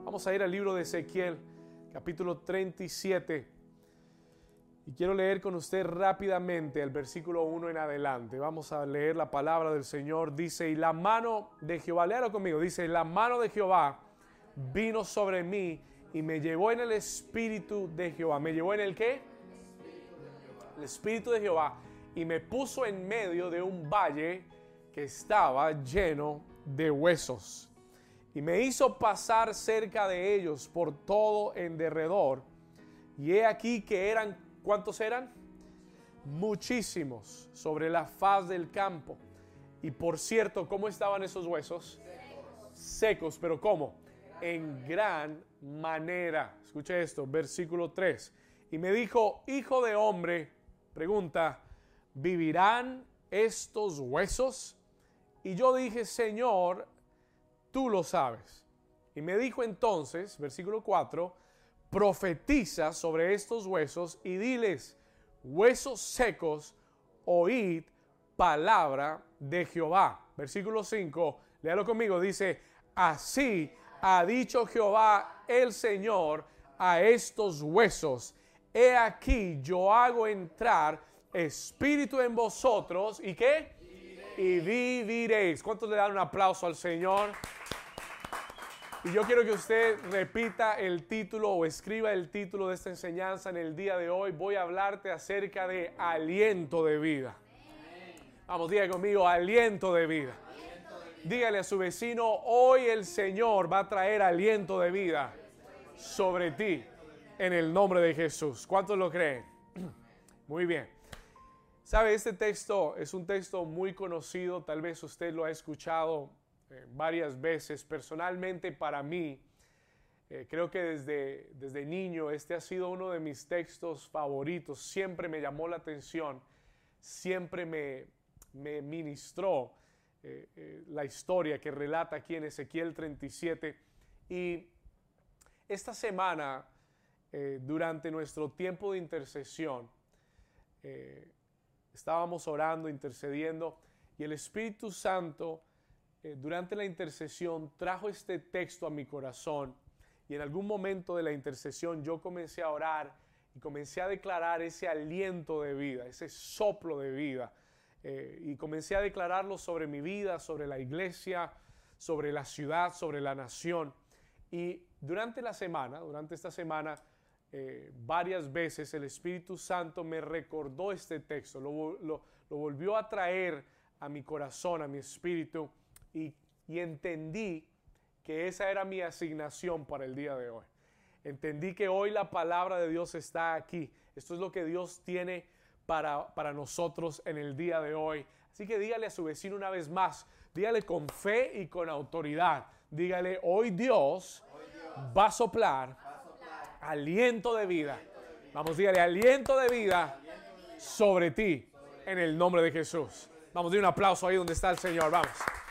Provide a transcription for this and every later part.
Vamos a ir al libro de Ezequiel, capítulo 37. Y quiero leer con usted rápidamente el versículo 1 en adelante. Vamos a leer la palabra del Señor. Dice, y la mano de Jehová, léalo conmigo, dice, la mano de Jehová vino sobre mí y me llevó en el espíritu de Jehová. ¿Me llevó en el qué? El espíritu de Jehová. Y me puso en medio de un valle que estaba lleno de huesos. Y me hizo pasar cerca de ellos por todo en derredor. Y he aquí que eran, ¿cuántos eran? Muchísimos sobre la faz del campo. Y por cierto, ¿cómo estaban esos huesos? Secos, pero ¿cómo? En gran manera. Escuche esto, versículo 3. Y me dijo, hijo de hombre, pregunta, ¿vivirán estos huesos? Y yo dije, Señor, tú lo sabes. Y me dijo entonces, versículo 4, profetiza sobre estos huesos y diles, huesos secos, oíd palabra de Jehová. Versículo 5, léalo conmigo, dice, así ha dicho Jehová el Señor a estos huesos. He aquí yo hago entrar espíritu en vosotros, ¿y qué? Y viviréis. ¿Cuántos le dan un aplauso al Señor? Y yo quiero que usted repita el título o escriba el título de esta enseñanza en el día de hoy. Voy a hablarte acerca de aliento de vida. Vamos, diga conmigo, aliento de vida. Dígale a su vecino, hoy el Señor va a traer aliento de vida sobre ti en el nombre de Jesús. ¿Cuántos lo creen? Muy bien. ¿Sabe? Este texto es un texto muy conocido, tal vez usted lo ha escuchado varias veces. Personalmente para mí, creo que desde niño este ha sido uno de mis textos favoritos. Siempre me llamó la atención, siempre me ministró la historia que relata aquí en Ezequiel 37. Y esta semana, durante nuestro tiempo de intercesión, estábamos orando, intercediendo, y el Espíritu Santo durante la intercesión trajo este texto a mi corazón. Y en algún momento de la intercesión yo comencé a orar y comencé a declarar ese aliento de vida, ese soplo de vida. Y comencé a declararlo sobre mi vida, sobre la iglesia, sobre la ciudad, sobre la nación. Y durante esta semana, varias veces el Espíritu Santo me recordó este texto, lo volvió a traer a mi corazón, a mi espíritu, y entendí que esa era mi asignación para el día de hoy. Entendí que hoy la palabra de Dios está aquí. Esto es lo que Dios tiene para nosotros en el día de hoy. Así que dígale a su vecino una vez más, dígale con fe y con autoridad, dígale, hoy Dios va a soplar aliento de vida. Vamos, dígale, aliento de vida sobre ti en el nombre de Jesús. Vamos, dale un aplauso ahí donde está el Señor, vamos.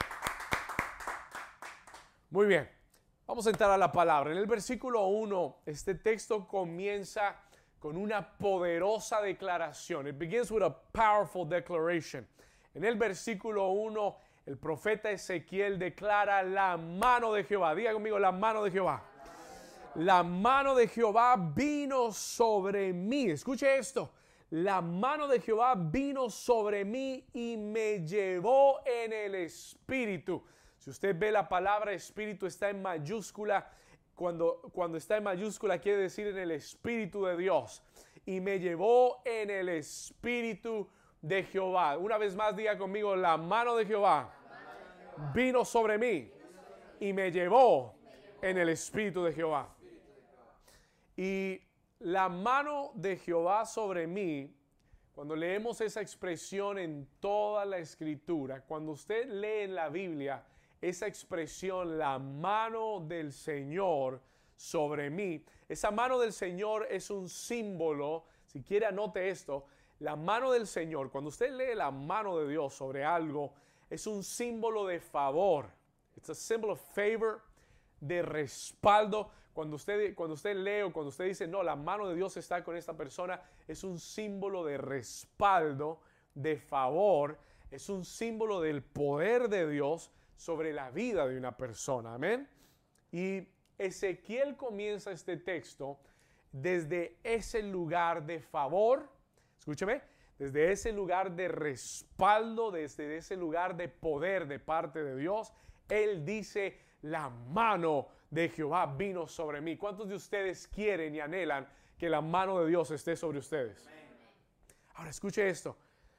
Muy bien, vamos a entrar a la palabra. En el versículo 1, este texto comienza con una poderosa declaración. It begins with a powerful declaration. En el versículo 1, el profeta Ezequiel declara la mano de Jehová. Diga conmigo, la mano de Jehová. La mano de Jehová vino sobre mí. Escuche esto. La mano de Jehová vino sobre mí y me llevó en el espíritu. Si usted ve la palabra espíritu está en mayúscula. Cuando está en mayúscula quiere decir en el espíritu de Dios. Y me llevó en el espíritu de Jehová. Una vez más diga conmigo, la mano de Jehová vino sobre mí y me llevó en el espíritu de Jehová. Y la mano de Jehová sobre mí, cuando leemos esa expresión en toda la escritura, cuando usted lee en la Biblia esa expresión, la mano del Señor sobre mí, esa mano del Señor es un símbolo, si quiere anote esto, la mano del Señor, cuando usted lee la mano de Dios sobre algo, es un símbolo de favor. It's a symbol of favor, de respaldo. Cuando usted lee o cuando usted dice, no, la mano de Dios está con esta persona, es un símbolo de respaldo, de favor, es un símbolo del poder de Dios sobre la vida de una persona. Amén. Y Ezequiel comienza este texto desde ese lugar de favor, escúcheme, desde ese lugar de respaldo, desde ese lugar de poder de parte de Dios. Él dice, la mano de Jehová vino sobre mí. ¿Cuántos de ustedes quieren y anhelan que la mano de Dios esté sobre ustedes? Ahora escuche esto.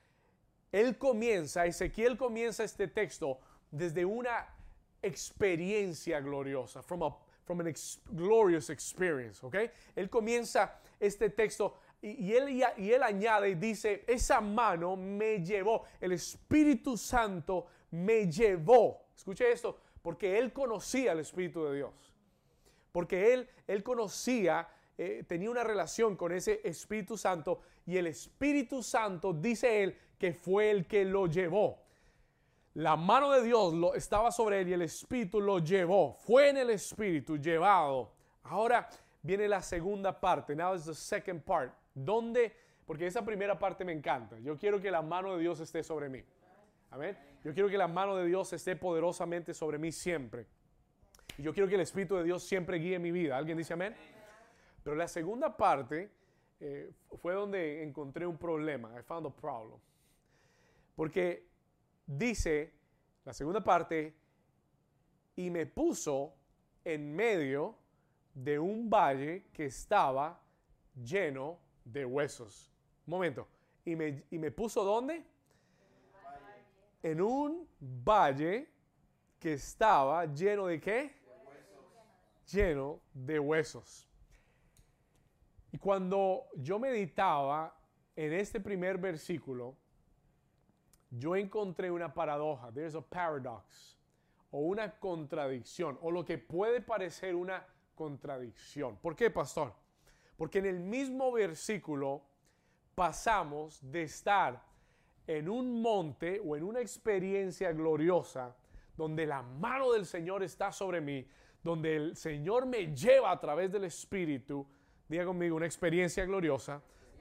Ezequiel comienza este texto desde una experiencia gloriosa, from an glorious experience, ¿ok? Él comienza este texto y él añade y dice, esa mano me llevó, el Espíritu Santo me llevó. Escuche esto, porque él conocía al Espíritu de Dios, porque él conocía, tenía una relación con ese Espíritu Santo, y el Espíritu Santo, dice él, que fue el que lo llevó. La mano de Dios estaba sobre él y el Espíritu lo llevó. Fue en el Espíritu llevado. Ahora viene la segunda parte. Now is the second part. ¿Dónde? Porque esa primera parte me encanta. Yo quiero que la mano de Dios esté sobre mí. Amén. Yo quiero que la mano de Dios esté poderosamente sobre mí siempre. Y yo quiero que el Espíritu de Dios siempre guíe mi vida. ¿Alguien dice amén? Pero la segunda parte fue donde encontré un problema. I found a problem. Porque dice, la segunda parte, y me puso en medio de un valle que estaba lleno de huesos. Un momento. ¿Y me puso dónde? En un valle que estaba lleno de ¿qué? De huesos. Lleno de huesos. Y cuando yo meditaba en este primer versículo, yo encontré una paradoja. There's a paradox. O una contradicción. O lo que puede parecer una contradicción. ¿Por qué, pastor? Porque en el mismo versículo pasamos de estar en un monte o en una experiencia gloriosa donde la mano del Señor está sobre mí, donde el Señor me lleva a través del Espíritu, diga conmigo, una experiencia gloriosa,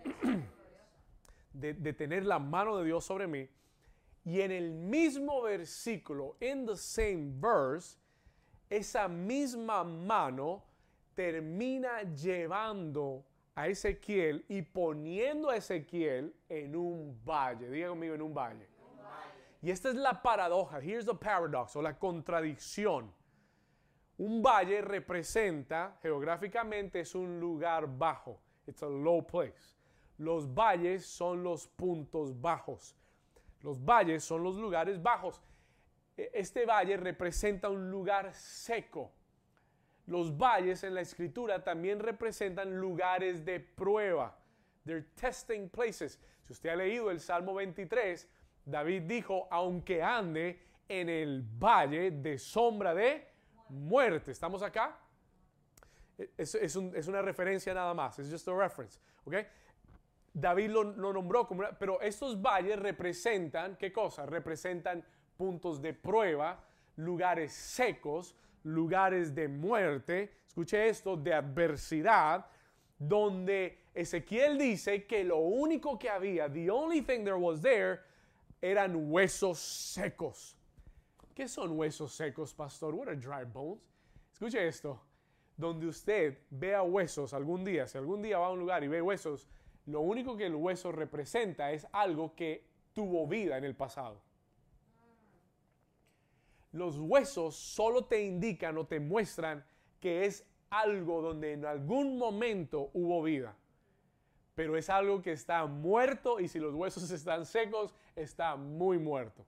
de tener la mano de Dios sobre mí. Y en el mismo versículo, in the same verse, esa misma mano termina llevando a Ezequiel y poniendo a Ezequiel en un valle. Diga conmigo, en un valle. Y esta es la paradoja. Here's the paradox, o la contradicción. Un valle representa, geográficamente, es un lugar bajo. It's a low place. Los valles son los puntos bajos. Los valles son los lugares bajos. Este valle representa un lugar seco. Los valles en la Escritura también representan lugares de prueba. They're testing places. Si usted ha leído el Salmo 23, David dijo, aunque ande en el valle de sombra de muerte. ¿Estamos acá? Es una referencia nada más. Es just a reference. ¿Okay? David lo nombró como pero estos valles representan, ¿qué cosa? Representan puntos de prueba, lugares secos, lugares de muerte, escuche esto, de adversidad, donde Ezequiel dice que lo único que había, the only thing there was there, eran huesos secos. ¿Qué son huesos secos, pastor? What are dry bones? Escuche esto, donde usted vea huesos algún día, si algún día va a un lugar y ve huesos, lo único que el hueso representa es algo que tuvo vida en el pasado. Los huesos solo te indican o te muestran que es algo donde en algún momento hubo vida. Pero es algo que está muerto y si los huesos están secos, está muy muerto.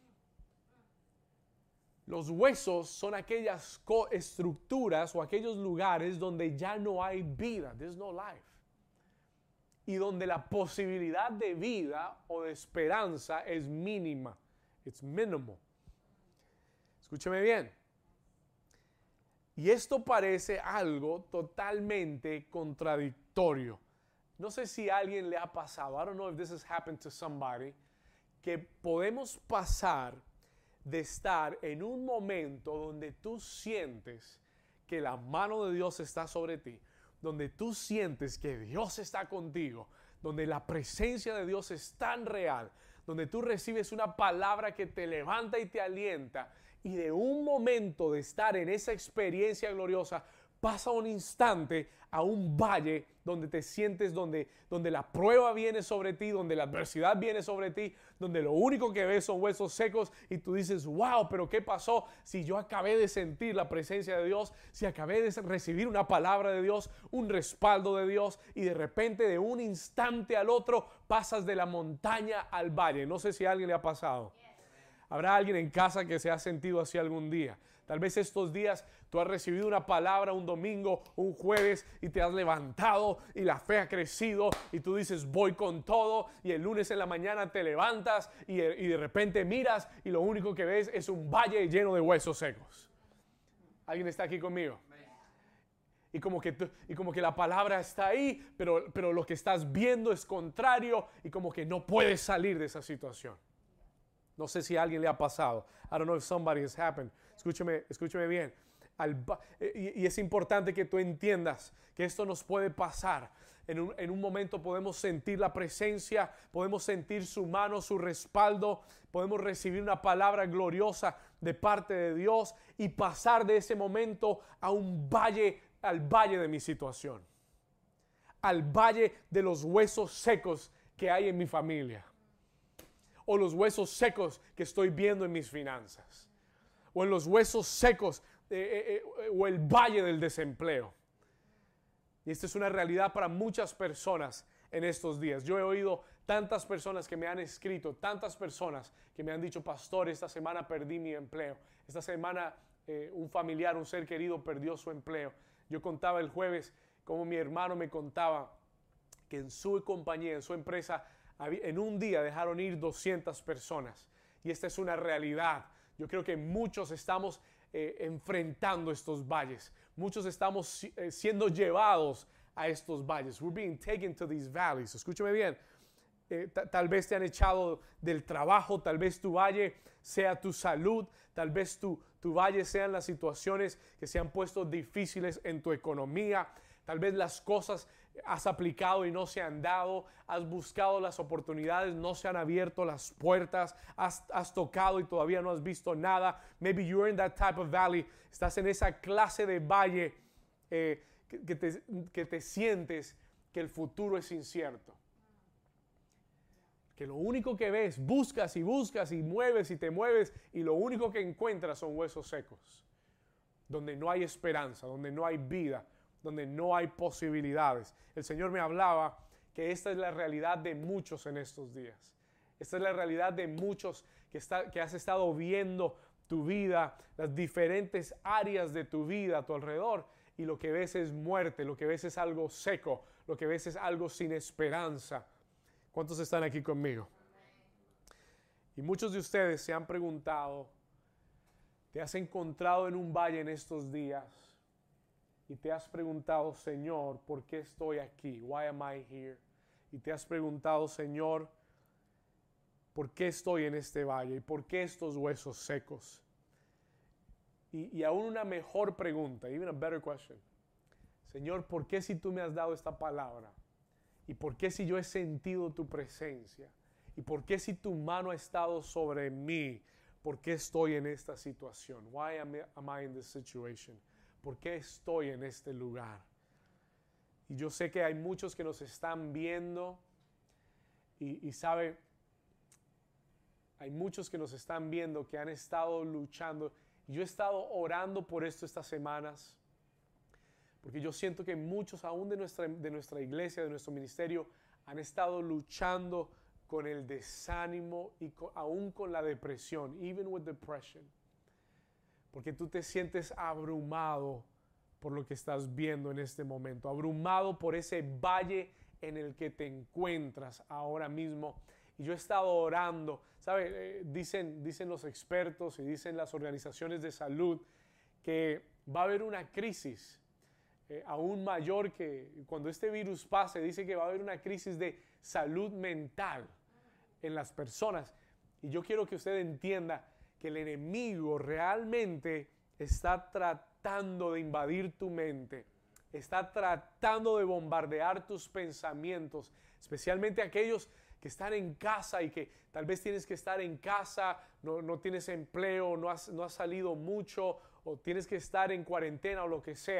Los huesos son aquellas estructuras o aquellos lugares donde ya no hay vida. There's no life. Y donde la posibilidad de vida o de esperanza es mínima. It's minimal. Escúcheme bien. Y esto parece algo totalmente contradictorio. No sé si a alguien le ha pasado, I don't know if this has happened to somebody, que podemos pasar de estar en un momento donde tú sientes que la mano de Dios está sobre ti, donde tú sientes que Dios está contigo, donde la presencia de Dios es tan real, donde tú recibes una palabra que te levanta y te alienta, y de un momento de estar en esa experiencia gloriosa, pasa un instante a un valle donde te sientes, donde la prueba viene sobre ti, donde la adversidad viene sobre ti, donde lo único que ves son huesos secos y tú dices, wow, pero ¿qué pasó? Si yo acabé de sentir la presencia de Dios, si acabé de recibir una palabra de Dios, un respaldo de Dios, y de repente de un instante al otro pasas de la montaña al valle. No sé si a alguien le ha pasado. Habrá alguien en casa que se ha sentido así algún día. Tal vez estos días tú has recibido una palabra un domingo, un jueves, y te has levantado y la fe ha crecido y tú dices voy con todo, y el lunes en la mañana te levantas y de repente miras y lo único que ves es un valle lleno de huesos secos. ¿Alguien está aquí conmigo? Y como que la palabra está ahí, pero lo que estás viendo es contrario y como que no puedes salir de esa situación. No sé si a alguien le ha pasado. I don't know if somebody has happened. Escúcheme bien. Y es importante que tú entiendas que esto nos puede pasar. En un momento podemos sentir la presencia, podemos sentir su mano, su respaldo, podemos recibir una palabra gloriosa de parte de Dios y pasar de ese momento a un valle, al valle de mi situación, al valle de los huesos secos que hay en mi familia, o los huesos secos que estoy viendo en mis finanzas, o en los huesos secos o el valle del desempleo. Y esta es una realidad para muchas personas en estos días. Yo he oído tantas personas que me han escrito, tantas personas que me han dicho, pastor, esta semana perdí mi empleo, esta semana un familiar, un ser querido perdió su empleo. Yo contaba el jueves como mi hermano me contaba que en su compañía, en su empresa, en un día dejaron ir 200 personas. Y esta es una realidad. Yo creo que muchos estamos enfrentando estos valles. Muchos estamos siendo llevados a estos valles. We're being taken to these valleys. Escúchame bien. Tal vez te han echado del trabajo, tal vez tu valle sea tu salud, tal vez tu valle sean las situaciones que se han puesto difíciles en tu economía, tal vez las cosas has aplicado y no se han dado, has buscado las oportunidades, no se han abierto las puertas, has tocado y todavía no has visto nada. Maybe you're in that type of valley, estás en esa clase de valle que te sientes que el futuro es incierto. Que lo único que ves, buscas y buscas y mueves y te mueves y lo único que encuentras son huesos secos. Donde no hay esperanza, donde no hay vida, donde no hay posibilidades. El Señor me hablaba que esta es la realidad de muchos en estos días. Esta es la realidad de muchos que has estado viendo tu vida, las diferentes áreas de tu vida a tu alrededor, y lo que ves es muerte, lo que ves es algo seco, lo que ves es algo sin esperanza. ¿Cuántos están aquí conmigo? Y muchos de ustedes se han preguntado, te has encontrado en un valle en estos días y te has preguntado, Señor, ¿por qué estoy aquí? Why am I here? Y te has preguntado, Señor, ¿por qué estoy en este valle? ¿Y por qué estos huesos secos? Y aún una mejor pregunta, even a better question. Señor, ¿por qué si tú me has dado esta palabra? ¿Y por qué si yo he sentido tu presencia? ¿Y por qué si tu mano ha estado sobre mí? ¿Por qué estoy en esta situación? Why am I in this situation? ¿Por qué estoy en este lugar? Y yo sé que hay muchos que nos están viendo y sabe, hay muchos que nos están viendo que han estado luchando. Y yo he estado orando por esto estas semanas. Porque yo siento que muchos aún de nuestra iglesia, de nuestro ministerio, han estado luchando con el desánimo y aún con la depresión, even with depression. Porque tú te sientes abrumado por lo que estás viendo en este momento, abrumado por ese valle en el que te encuentras ahora mismo. Y yo he estado orando, ¿sabe? Dicen los expertos y dicen las organizaciones de salud que va a haber una crisis aún mayor que cuando este virus pase. Dice que va a haber una crisis de salud mental en las personas. Y yo quiero que usted entienda que el enemigo realmente está tratando de invadir tu mente, está tratando de bombardear tus pensamientos, especialmente aquellos que están en casa y que tal vez tienes que estar en casa, no tienes empleo, no has salido mucho o tienes que estar en cuarentena o lo que sea.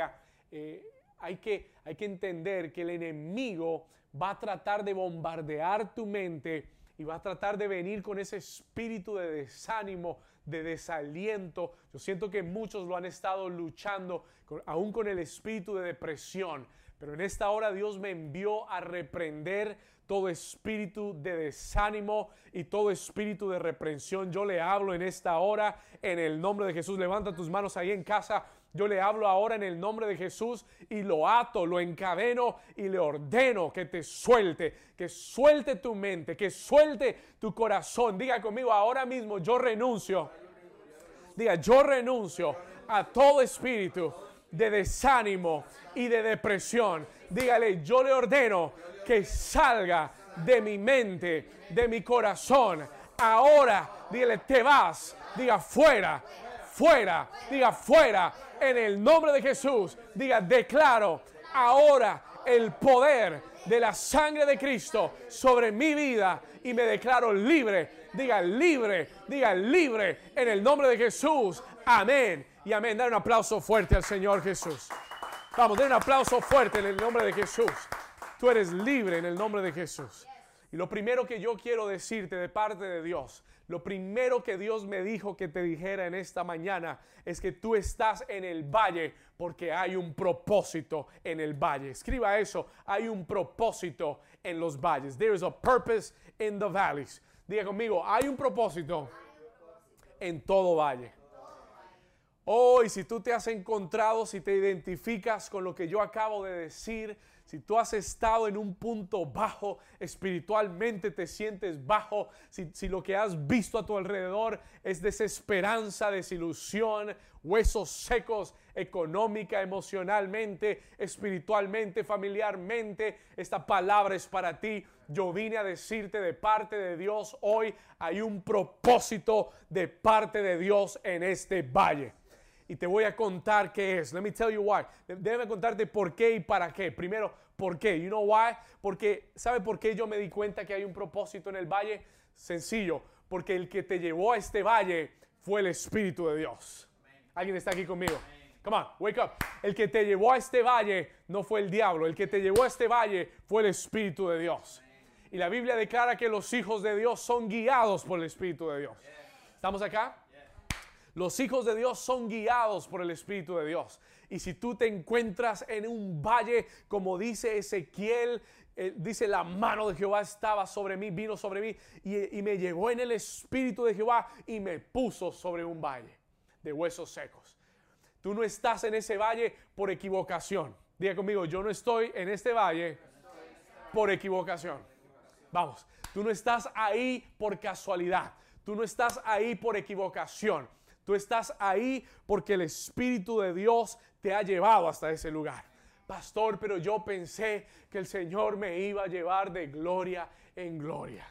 hay que entender que el enemigo va a tratar de bombardear tu mente y va a tratar de venir con ese espíritu de desánimo, de desaliento. Yo siento que muchos lo han estado luchando, aún con el espíritu de depresión. Pero en esta hora Dios me envió a reprender todo espíritu de desánimo y todo espíritu de reprensión. Yo le hablo en esta hora en el nombre de Jesús. Levanta tus manos ahí en casa. Yo le hablo ahora en el nombre de Jesús y lo ato, lo encadeno y le ordeno que te suelte, que suelte tu mente, que suelte tu corazón. Diga conmigo ahora mismo, yo renuncio. Diga, yo renuncio a todo espíritu de desánimo y de depresión. Dígale, yo le ordeno que salga de mi mente, de mi corazón. Ahora, dígale, te vas. Diga, fuera, fuera. Diga, fuera. En el nombre de Jesús, diga, declaro ahora el poder de la sangre de Cristo sobre mi vida y me declaro libre. Diga libre en el nombre de Jesús. Amén y amén. Dale un aplauso fuerte al Señor Jesús. Vamos, den un aplauso fuerte en el nombre de Jesús. Tú eres libre en el nombre de Jesús. Y lo primero que yo quiero decirte de parte de Dios, lo primero que Dios me dijo que te dijera en esta mañana es que tú estás en el valle porque hay un propósito en el valle. Escriba eso, hay un propósito en los valles. There is a purpose in the valleys. Diga conmigo, hay un propósito en todo valle. Oh, y si tú te has encontrado, si te identificas con lo que yo acabo de decir, si tú has estado en un punto bajo, espiritualmente te sientes bajo, si lo que has visto a tu alrededor es desesperanza, desilusión, huesos secos, económica, emocionalmente, espiritualmente, familiarmente, esta palabra es para ti. Yo vine a decirte de parte de Dios hoy, hay un propósito de parte de Dios en este valle. Y te voy a contar qué es. Let me tell you why. Déjame contarte por qué y para qué. Primero, ¿por qué? You know why? Porque, ¿sabe por qué yo me di cuenta que hay un propósito en el valle? Sencillo. Porque el que te llevó a este valle fue el Espíritu de Dios. ¿Alguien está aquí conmigo? Come on, wake up. El que te llevó a este valle no fue el diablo. El que te llevó a este valle fue el Espíritu de Dios. Y la Biblia declara que los hijos de Dios son guiados por el Espíritu de Dios. ¿Estamos acá? Los hijos de Dios son guiados por el Espíritu de Dios. Y si tú te encuentras en un valle, como dice Ezequiel, dice la mano de Jehová estaba sobre mí, vino sobre mí y me llevó en el Espíritu de Jehová y me puso sobre un valle de huesos secos. Tú no estás en ese valle por equivocación. Diga conmigo, yo no estoy en este valle por equivocación. Vamos, tú no estás ahí por casualidad. Tú no estás ahí por equivocación. Tú estás ahí porque el Espíritu de Dios te ha llevado hasta ese lugar. Pastor, pero yo pensé que el Señor me iba a llevar de gloria en gloria.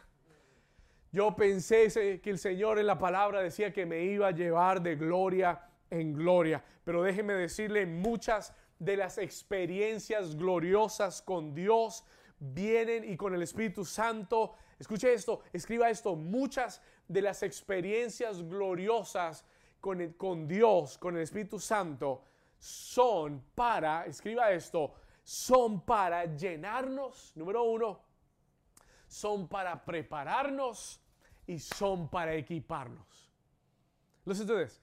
Yo pensé que el Señor en la palabra decía que me iba a llevar de gloria en gloria. Pero déjeme decirle, muchas de las experiencias gloriosas con Dios vienen y con el Espíritu Santo. Escuche esto, escriba esto. Muchas de las experiencias gloriosas con Dios, con el Espíritu Santo, son para, escriba esto, son para llenarnos, número uno, son para prepararnos y son para equiparnos. Listen to this.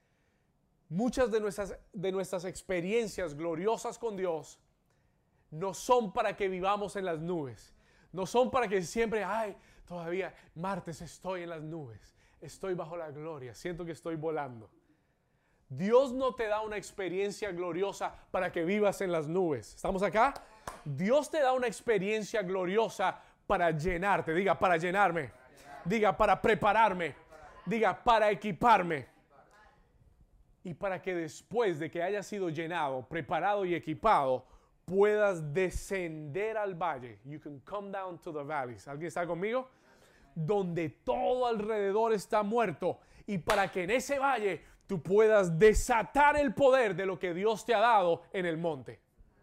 Muchas de nuestras experiencias gloriosas con Dios no son para que vivamos en las nubes, no son para que siempre, todavía martes estoy en las nubes. Estoy bajo la gloria, siento que estoy volando. Dios no te da una experiencia gloriosa para que vivas en las nubes. ¿Estamos acá? Dios te da una experiencia gloriosa para llenarte. Diga, para llenarme. Diga, para prepararme. Diga, para equiparme. Y para que después de que hayas sido llenado, preparado y equipado, puedas descender al valle. You can come down to the valleys. ¿Alguien está conmigo? Donde todo alrededor está muerto, y para que en ese valle tú puedas desatar el poder de lo que Dios te ha dado en el monte.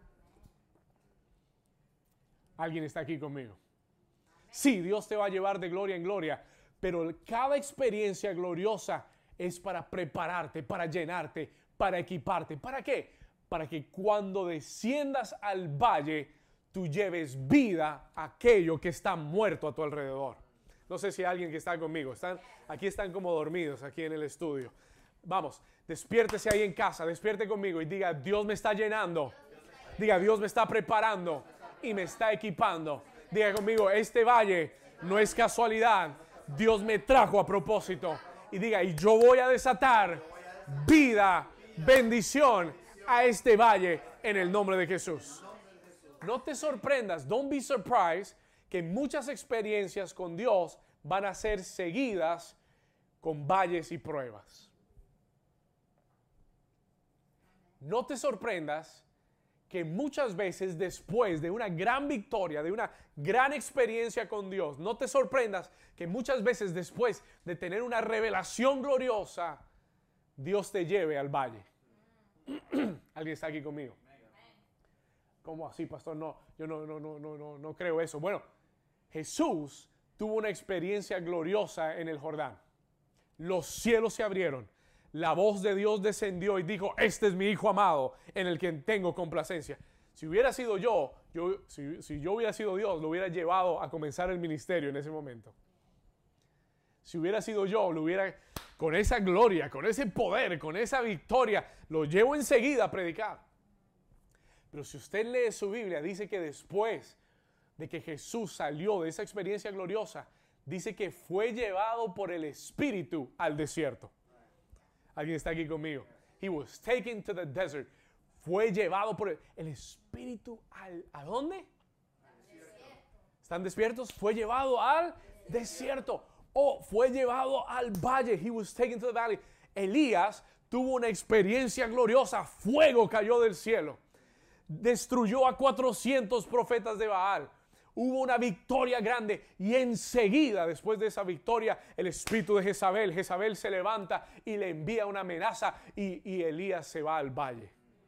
¿Alguien está aquí conmigo? Sí, Dios te va a llevar de gloria en gloria, pero cada experiencia gloriosa es para prepararte, para llenarte, para equiparte. ¿Para qué? para que cuando desciendas al valle, tú lleves vida a aquello que está muerto a tu alrededor. No sé si hay alguien que está conmigo. Aquí están como dormidos, aquí en el estudio. Vamos, despiértese ahí en casa, despierte conmigo y diga, Dios me está llenando. Diga, Dios me está preparando y me está equipando. Diga conmigo, este valle no es casualidad. Dios me trajo a propósito. Y diga, y yo voy a desatar vida, bendición a este valle en el nombre de Jesús. No te sorprendas, don't be surprised, que muchas experiencias con Dios van a ser seguidas con valles y pruebas. No te sorprendas que muchas veces después de una gran victoria, de una gran experiencia con Dios, no te sorprendas que muchas veces después de tener una revelación gloriosa, Dios te lleve al valle. ¿Alguien está aquí conmigo? ¿Cómo así, pastor? No, yo no creo eso. Bueno, Jesús tuvo una experiencia gloriosa en el Jordán. Los cielos se abrieron. La voz de Dios descendió y dijo, este es mi Hijo amado en el que tengo complacencia. Si hubiera sido si yo hubiera sido Dios, lo hubiera llevado a comenzar el ministerio en ese momento. Si hubiera sido yo, lo hubiera, con esa gloria, con ese poder, con esa victoria, lo llevo enseguida a predicar. Pero si usted lee su Biblia, dice que después de que Jesús salió de esa experiencia gloriosa, dice que fue llevado por el Espíritu al desierto. ¿Alguien está aquí conmigo? He was taken to the desert. Fue llevado por el Espíritu ¿a dónde? ¿Están despiertos? Fue llevado al desierto. Fue llevado al valle. He was taken to the valley. Elías tuvo una experiencia gloriosa. Fuego cayó del cielo. Destruyó a 400 profetas de Baal. Hubo una victoria grande y enseguida, después de esa victoria, el espíritu de Jezabel se levanta y le envía una amenaza y Elías se va al valle.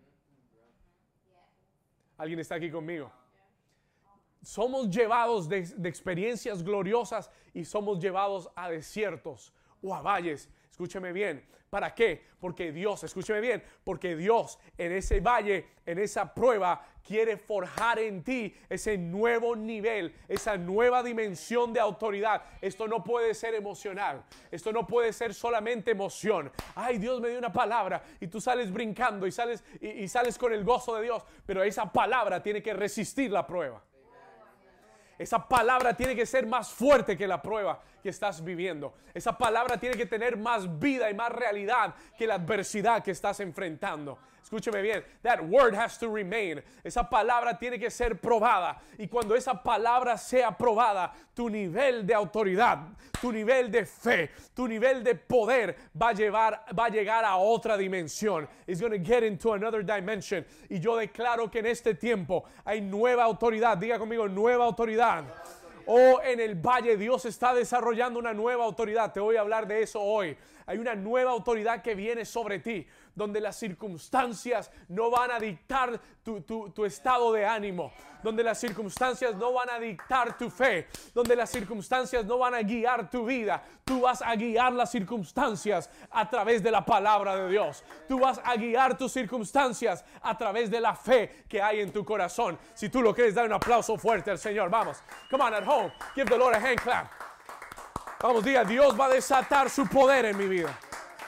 ¿Alguien está aquí conmigo? Somos llevados de experiencias gloriosas y somos llevados a desiertos o a valles. Escúcheme bien. ¿Para qué? Porque Dios, escúcheme bien, porque Dios en ese valle, en esa prueba, quiere forjar en ti ese nuevo nivel, esa nueva dimensión de autoridad. Esto no puede ser emocional. Esto no puede ser solamente emoción. Ay, Dios me dio una palabra y tú sales brincando y sales con el gozo de Dios. Pero esa palabra tiene que resistir la prueba. Esa palabra tiene que ser más fuerte que la prueba que estás viviendo. Esa palabra tiene que tener más vida y más realidad que la adversidad que estás enfrentando. Escúcheme bien. That word has to remain. Esa palabra tiene que ser probada. Y cuando esa palabra sea probada, tu nivel de autoridad, tu nivel de fe, tu nivel de poder va a llegar a otra dimensión. It's going to get into another dimension. Y yo declaro que en este tiempo hay nueva autoridad. Diga conmigo, nueva autoridad. En el valle Dios está desarrollando una nueva autoridad. Te voy a hablar de eso hoy. Hay una nueva autoridad que viene sobre ti, donde las circunstancias no van a dictar tu estado de ánimo, donde las circunstancias no van a dictar tu fe, donde las circunstancias no van a guiar tu vida. Tú vas a guiar las circunstancias a través de la palabra de Dios. Tú vas a guiar tus circunstancias a través de la fe que hay en tu corazón. Si tú lo crees, dale un aplauso fuerte al Señor. Vamos. Come on, at home. Give the Lord a hand clap. Vamos, diga, Dios va a desatar su poder en mi vida.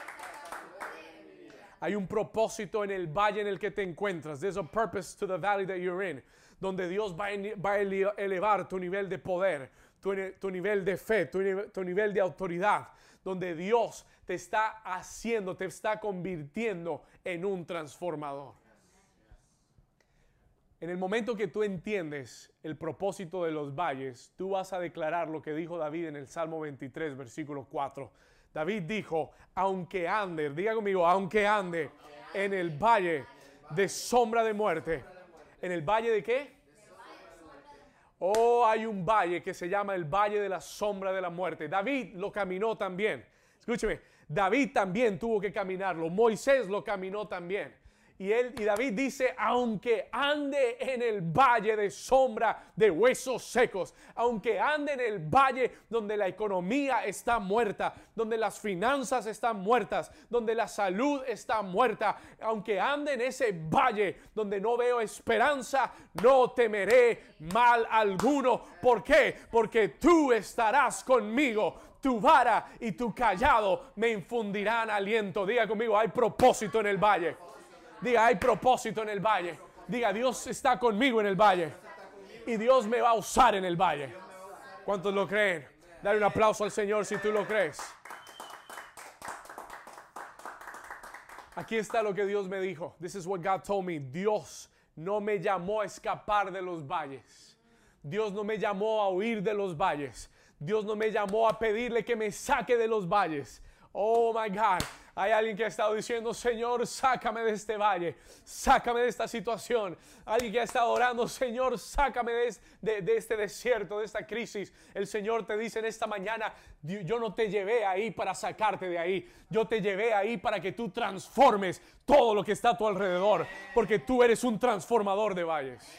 Hay un propósito en el valle en el que te encuentras. There's a purpose to the valley that you're in. Donde Dios va a elevar tu nivel de poder, tu nivel de fe, tu nivel de autoridad. Donde Dios te está convirtiendo en un transformador. En el momento que tú entiendes el propósito de los valles, tú vas a declarar lo que dijo David en el Salmo 23, versículo 4. David dijo, aunque ande, diga conmigo, aunque ande en el valle de sombra de muerte. ¿En el valle de qué? Hay un valle que se llama el valle de la sombra de la muerte. David lo caminó también. Escúcheme, David también tuvo que caminarlo. Moisés lo caminó también. Y David dice, aunque ande en el valle de sombra de huesos secos, aunque ande en el valle donde la economía está muerta, donde las finanzas están muertas, donde la salud está muerta, aunque ande en ese valle donde no veo esperanza, no temeré mal alguno. ¿Por qué? Porque tú estarás conmigo. Tu vara y tu callado me infundirán aliento. Diga conmigo, hay propósito en el valle. Diga, hay propósito en el valle. Diga, Dios está conmigo en el valle. Y Dios me va a usar en el valle. ¿Cuántos lo creen? Dale un aplauso al Señor si tú lo crees. Aquí está lo que Dios me dijo. This is what God told me. Dios no me llamó a escapar de los valles. Dios no me llamó a huir de los valles. Dios no me llamó a pedirle que me saque de los valles. Oh my God. Hay alguien que ha estado diciendo, Señor, sácame de este valle, sácame de esta situación. Alguien que ha estado orando, Señor, sácame de este desierto, de esta crisis. El Señor te dice en esta mañana, yo no te llevé ahí para sacarte de ahí. Yo te llevé ahí para que tú transformes todo lo que está a tu alrededor. Porque tú eres un transformador de valles.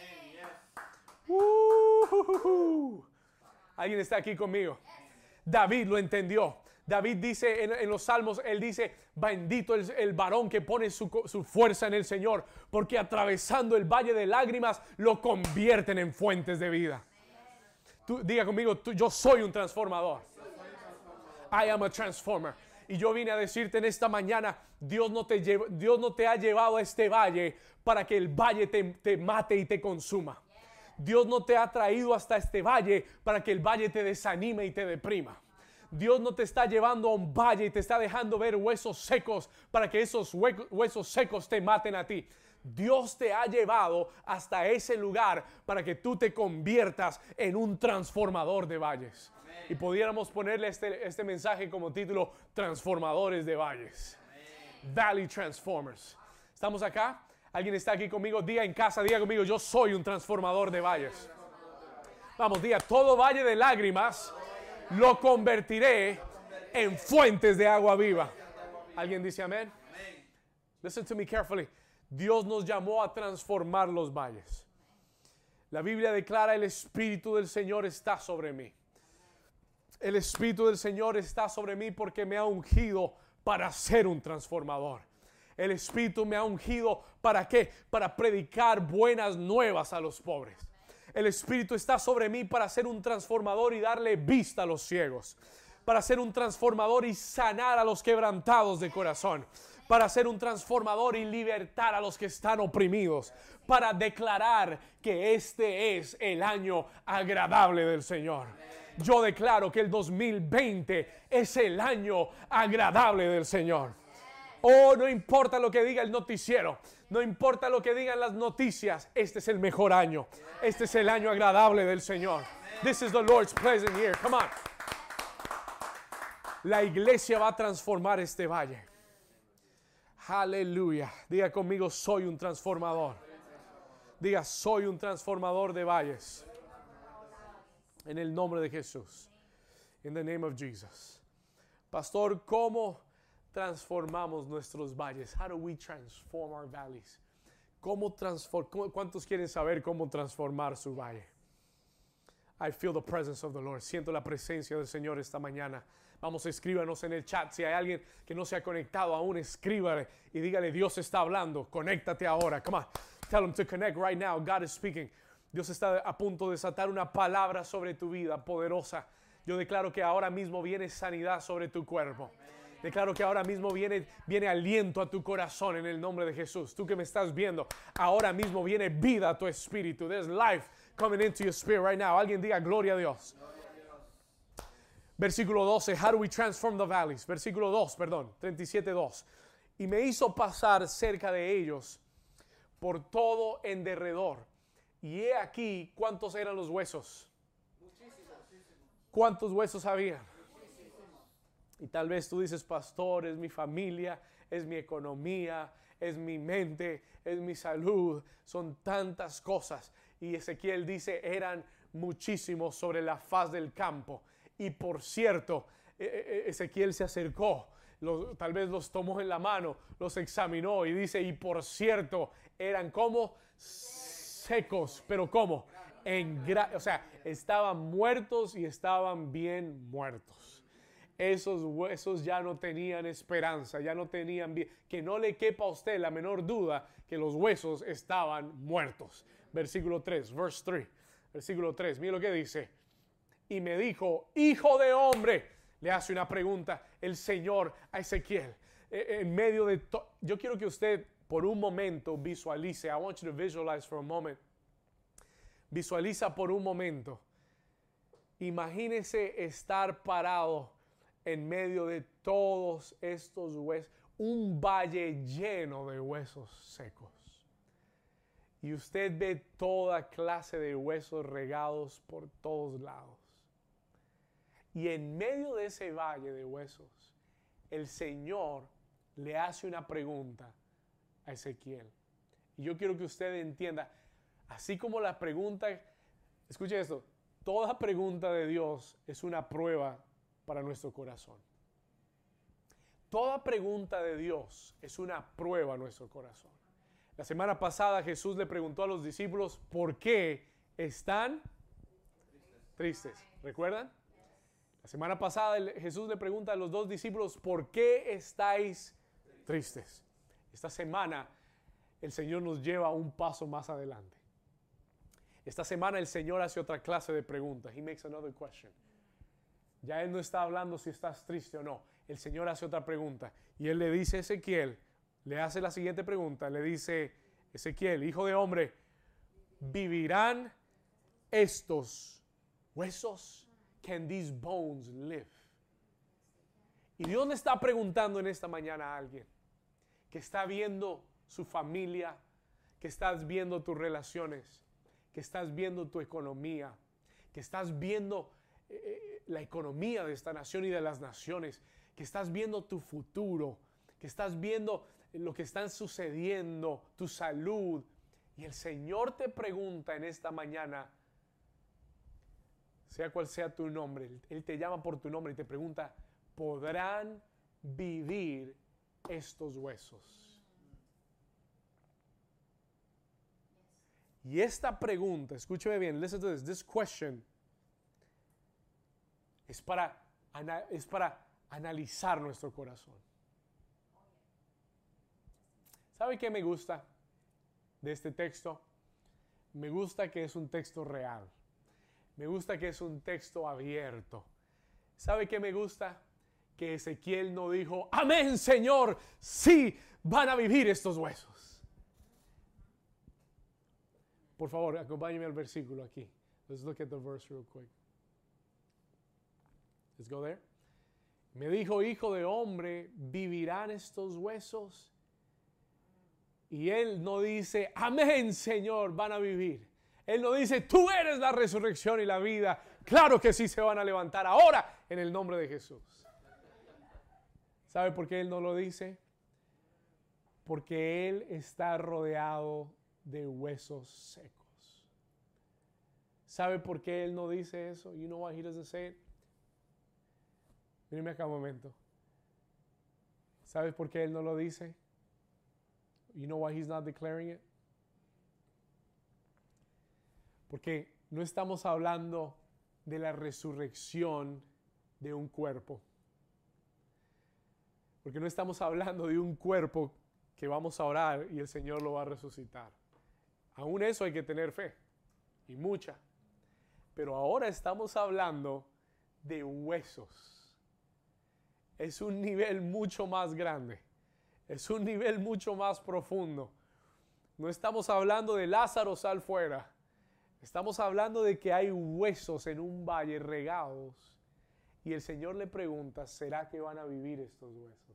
¿Alguien está aquí conmigo? David lo entendió. David dice en los Salmos, él dice, bendito el varón que pone su fuerza en el Señor, porque atravesando el valle de lágrimas lo convierten en fuentes de vida. Diga conmigo, yo soy un transformador. I am a transformer. Y yo vine a decirte en esta mañana, Dios no te ha llevado a este valle para que el valle te mate y te consuma. Dios no te ha traído hasta este valle para que el valle te desanime y te deprima. Dios no te está llevando a un valle y te está dejando ver huesos secos para que esos huesos secos te maten a ti. Dios te ha llevado hasta ese lugar para que tú te conviertas en un transformador de valles. Amén. Y pudiéramos ponerle este mensaje como título, Transformadores de Valles. Amén. Valley Transformers. ¿Estamos acá? ¿Alguien está aquí conmigo? Diga en casa, diga conmigo, yo soy un transformador de valles. Vamos, diga, todo valle de lágrimas lo convertiré en fuentes de agua viva. ¿Alguien dice amén? Listen to me carefully. Dios nos llamó a transformar los valles. La Biblia declara, el Espíritu del Señor está sobre mí. El Espíritu del Señor está sobre mí porque me ha ungido para ser un transformador. El Espíritu me ha ungido ¿para qué? Para predicar buenas nuevas a los pobres. El Espíritu está sobre mí para ser un transformador y darle vista a los ciegos. Para ser un transformador y sanar a los quebrantados de corazón. Para ser un transformador y libertar a los que están oprimidos. Para declarar que este es el año agradable del Señor. Yo declaro que el 2020 es el año agradable del Señor. Oh, no importa lo que diga el noticiero, no importa lo que digan las noticias, este es el mejor año. Este es el año agradable del Señor. This is the Lord's pleasant year. Come on. La iglesia va a transformar este valle. Aleluya. Diga conmigo, soy un transformador. Diga, soy un transformador de valles. En el nombre de Jesús. In the name of Jesus. Pastor, ¿cómo transformamos nuestros valles? How do we transform our valleys? ¿Cuántos quieren saber cómo transformar su valle? I feel the presence of the Lord. Siento la presencia del Señor esta mañana. Vamos, escríbanos en el chat. Si hay alguien que no se ha conectado aún, escríbale y dígale, Dios está hablando. Conéctate ahora. Come on. Tell him to connect right now. God is speaking. Dios está a punto de desatar una palabra sobre tu vida poderosa. Yo declaro que ahora mismo viene sanidad sobre tu cuerpo. Declaro que ahora mismo viene aliento a tu corazón en el nombre de Jesús. Tú que me estás viendo, ahora mismo viene vida a tu espíritu. There's life coming into your spirit right now. Alguien diga gloria a Dios. Versículo 12, how do we transform the valleys? Versículo 2, 37:2. Y me hizo pasar cerca de ellos por todo en derredor. Y he aquí, ¿cuántos eran los huesos? ¿Cuántos huesos había? Y tal vez tú dices, pastor, es mi familia, es mi economía, es mi mente, es mi salud. Son tantas cosas. Y Ezequiel dice, eran muchísimos sobre la faz del campo. Y por cierto, Ezequiel se acercó tal vez los tomó en la mano, los examinó y dice, y por cierto, eran como secos, pero ¿cómo? O sea, estaban muertos y estaban bien muertos. Esos huesos ya no tenían esperanza, ya no tenían vida. Que no le quepa a usted la menor duda que los huesos estaban muertos. Versículo 3, verse 3. Versículo 3, mira lo que dice. Y me dijo, hijo de hombre, le hace una pregunta el Señor a Ezequiel. En medio de todo, yo quiero que usted por un momento visualice. I want you to visualize for a moment. Visualiza por un momento. Imagínese estar parado en medio de todos estos huesos, un valle lleno de huesos secos. Y usted ve toda clase de huesos regados por todos lados. Y en medio de ese valle de huesos, el Señor le hace una pregunta a Ezequiel. Y yo quiero que usted entienda, así como la pregunta, escuche esto, toda pregunta de Dios es una prueba para nuestro corazón. Toda pregunta de Dios es una prueba a nuestro corazón. La semana pasada Jesús le preguntó a los discípulos, ¿por qué están tristes? ¿Recuerdan? La semana pasada Jesús le pregunta a los dos discípulos, ¿por qué estáis tristes? Esta semana el Señor nos lleva un paso más adelante. Esta semana el Señor hace otra clase de preguntas. He makes another question. Ya Él no está hablando si estás triste o no. El Señor hace otra pregunta. Y Él le dice a Ezequiel, le hace la siguiente pregunta. Le dice, Ezequiel, hijo de hombre, ¿vivirán estos huesos? Can these bones live? Y Dios le está preguntando en esta mañana a alguien que está viendo su familia, que estás viendo tus relaciones, que estás viendo tu economía, que estás viendo la economía de esta nación y de las naciones, que estás viendo tu futuro, que estás viendo lo que está sucediendo, tu salud. Y el Señor te pregunta en esta mañana, sea cual sea tu nombre, Él te llama por tu nombre y te pregunta, ¿podrán vivir estos huesos? Y esta pregunta, escúcheme bien, listen to this, this question es para analizar nuestro corazón. ¿Sabe qué me gusta de este texto? Me gusta que es un texto real. Me gusta que es un texto abierto. ¿Sabe qué me gusta? Que Ezequiel no dijo, amén, Señor, sí, van a vivir estos huesos. Por favor, acompáñeme al versículo aquí. Let's look at the verse real quick. Let's go there. Me dijo, hijo de hombre, ¿vivirán estos huesos? Y Él no dice, amén, Señor, van a vivir. Él no dice, tú eres la resurrección y la vida. Claro que sí se van a levantar ahora en el nombre de Jesús. ¿Sabe por qué Él no lo dice? Porque Él está rodeado de huesos secos. ¿Sabe por qué Él no dice eso? You know why He doesn't say it? Míreme acá un momento. ¿Sabes por qué Él no lo dice? You know why He's not declaring it? Porque no estamos hablando de la resurrección de un cuerpo. Porque no estamos hablando de un cuerpo que vamos a orar y el Señor lo va a resucitar. Aún eso hay que tener fe, y mucha. Pero ahora estamos hablando de huesos. Es un nivel mucho más grande. Es un nivel mucho más profundo. No estamos hablando de Lázaro sal fuera. Estamos hablando de que hay huesos en un valle regados. Y el Señor le pregunta, ¿será que van a vivir estos huesos?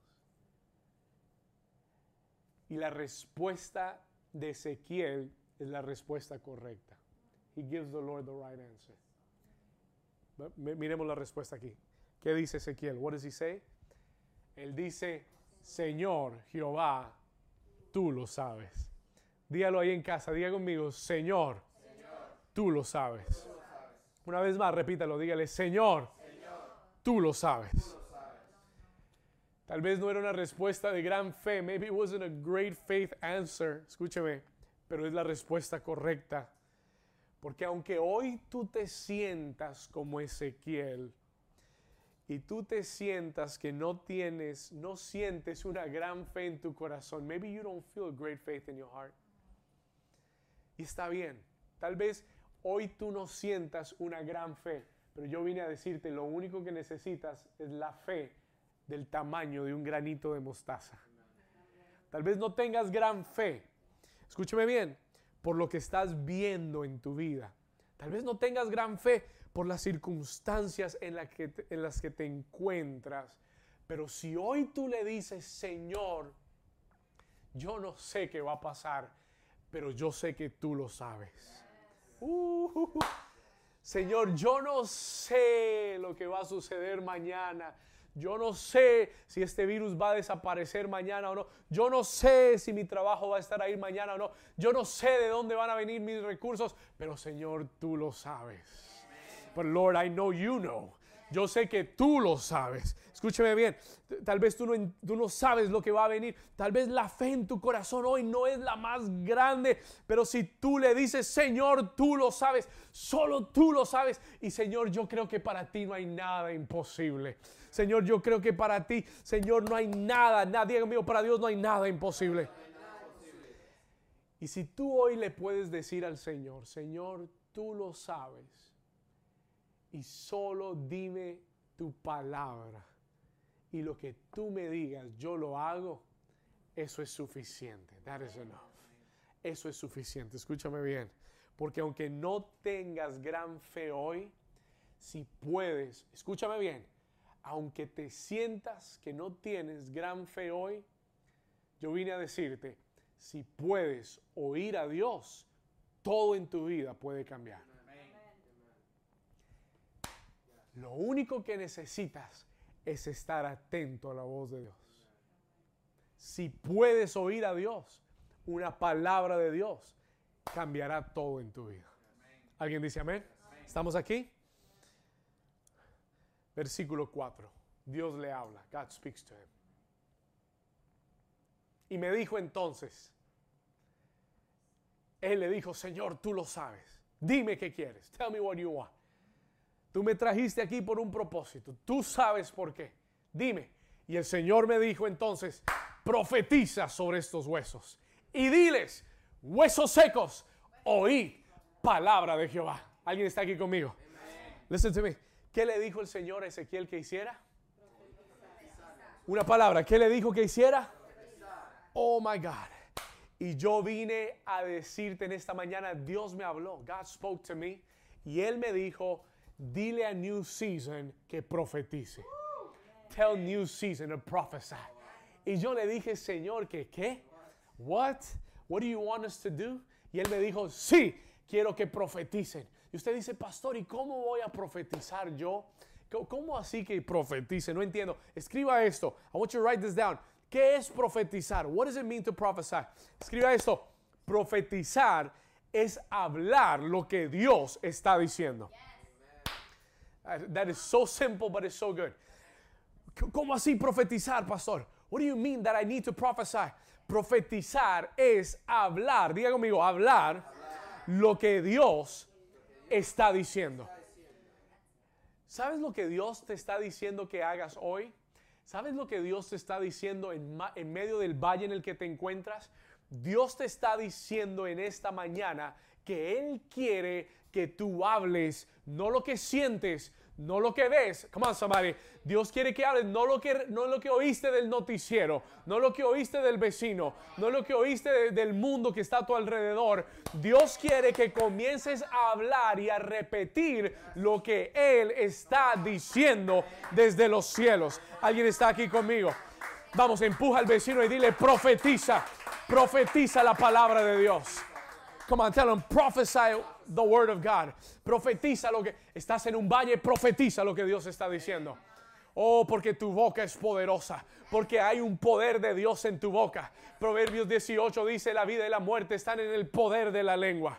Y la respuesta de Ezequiel es la respuesta correcta. He gives the Lord the right answer. Miremos la respuesta aquí. ¿Qué dice Ezequiel? What does he say? Él dice, Señor Jehová, tú lo sabes. Dígalo ahí en casa, diga conmigo, Señor, tú lo sabes. Una vez más, repítalo, dígale, Señor, tú lo sabes. Tal vez no era una respuesta de gran fe. Maybe it wasn't a great faith answer. Escúcheme, pero es la respuesta correcta. Porque aunque hoy tú te sientas como Ezequiel y tú te sientas que no sientes una gran fe en tu corazón. Maybe you don't feel great faith in your heart. Y está bien. Tal vez hoy tú no sientas una gran fe, pero yo vine a decirte, lo único que necesitas es la fe del tamaño de un granito de mostaza. Tal vez no tengas gran fe. Escúchame bien, por lo que estás viendo en tu vida. Tal vez no tengas gran fe por las circunstancias en las que te encuentras. Pero si hoy tú le dices, Señor, yo no sé qué va a pasar, pero yo sé que tú lo sabes. Señor, yo no sé lo que va a suceder mañana. Yo no sé si este virus va a desaparecer mañana o no. Yo no sé si mi trabajo va a estar ahí mañana o no. Yo no sé de dónde van a venir mis recursos. Pero Señor, tú lo sabes. But Lord, I know you know. Yo sé que tú lo sabes. Escúcheme bien. Tal vez tú no sabes lo que va a venir. Tal vez la fe en tu corazón hoy no es la más grande. Pero si tú le dices, Señor, tú lo sabes. Solo tú lo sabes. Y Señor, yo creo que para ti no hay nada imposible. Señor, yo creo que para ti, Señor, no hay nada. Nadie mío, para Dios no hay nada imposible. Y si tú hoy le puedes decir al Señor, Señor, tú lo sabes. Y solo dime tu palabra. Y lo que tú me digas, yo lo hago. Eso es suficiente. That is enough. Eso es suficiente. Escúchame bien. Porque aunque no tengas gran fe hoy, si puedes, escúchame bien. Aunque te sientas que no tienes gran fe hoy, yo vine a decirte, si puedes oír a Dios, todo en tu vida puede cambiar. Lo único que necesitas es estar atento a la voz de Dios. Si puedes oír a Dios, una palabra de Dios cambiará todo en tu vida. ¿Alguien dice amén? ¿Estamos aquí? Versículo 4. Dios le habla. God speaks to him. Y me dijo entonces, él le dijo, Señor, tú lo sabes. Dime qué quieres. Tell me what you want. Tú me trajiste aquí por un propósito. Tú sabes por qué. Dime. Y el Señor me dijo entonces, profetiza sobre estos huesos. Y diles, huesos secos, oí palabra de Jehová. ¿Alguien está aquí conmigo? Listen to me. ¿Qué le dijo el Señor a Ezequiel que hiciera? Una palabra. ¿Qué le dijo que hiciera? Oh my God. Y yo vine a decirte en esta mañana, Dios me habló. God spoke to me. Y Él me dijo, dile a New Season que profetice. Tell New Season to prophesy. Y yo le dije, Señor, ¿qué? What? What do you want us to do? Y Él me dijo, sí, quiero que profeticen. Y usted dice, pastor, ¿y cómo voy a profetizar yo? ¿Cómo así que profetice? No entiendo. Escriba esto. I want you to write this down. ¿Qué es profetizar? What does it mean to prophesy? Escriba esto. Profetizar es hablar lo que Dios está diciendo. That is so simple, but it's so good. ¿Cómo así profetizar, pastor? What do you mean that I need to prophesy? Profetizar es hablar, diga conmigo, hablar lo que Dios está diciendo. ¿Sabes lo que Dios te está diciendo que hagas hoy? ¿Sabes lo que Dios te está diciendo en medio del valle en el que te encuentras? Dios te está diciendo en esta mañana que Él quiere que tú hables, no lo que sientes, no lo que ves. Come on, somebody. Dios quiere que hables, no lo que oíste del noticiero, no lo que oíste del vecino, no lo que oíste del mundo que está a tu alrededor. Dios quiere que comiences a hablar y a repetir lo que Él está diciendo desde los cielos. ¿Alguien está aquí conmigo? Vamos, empuja al vecino y dile, profetiza la palabra de Dios. Come on, tell them, prophesy the word of God. Profetiza lo que estás en un valle, profetiza lo que Dios está diciendo. Oh, porque tu boca es poderosa, porque hay un poder de Dios en tu boca. Proverbios 18 dice, la vida y la muerte están en el poder de la lengua.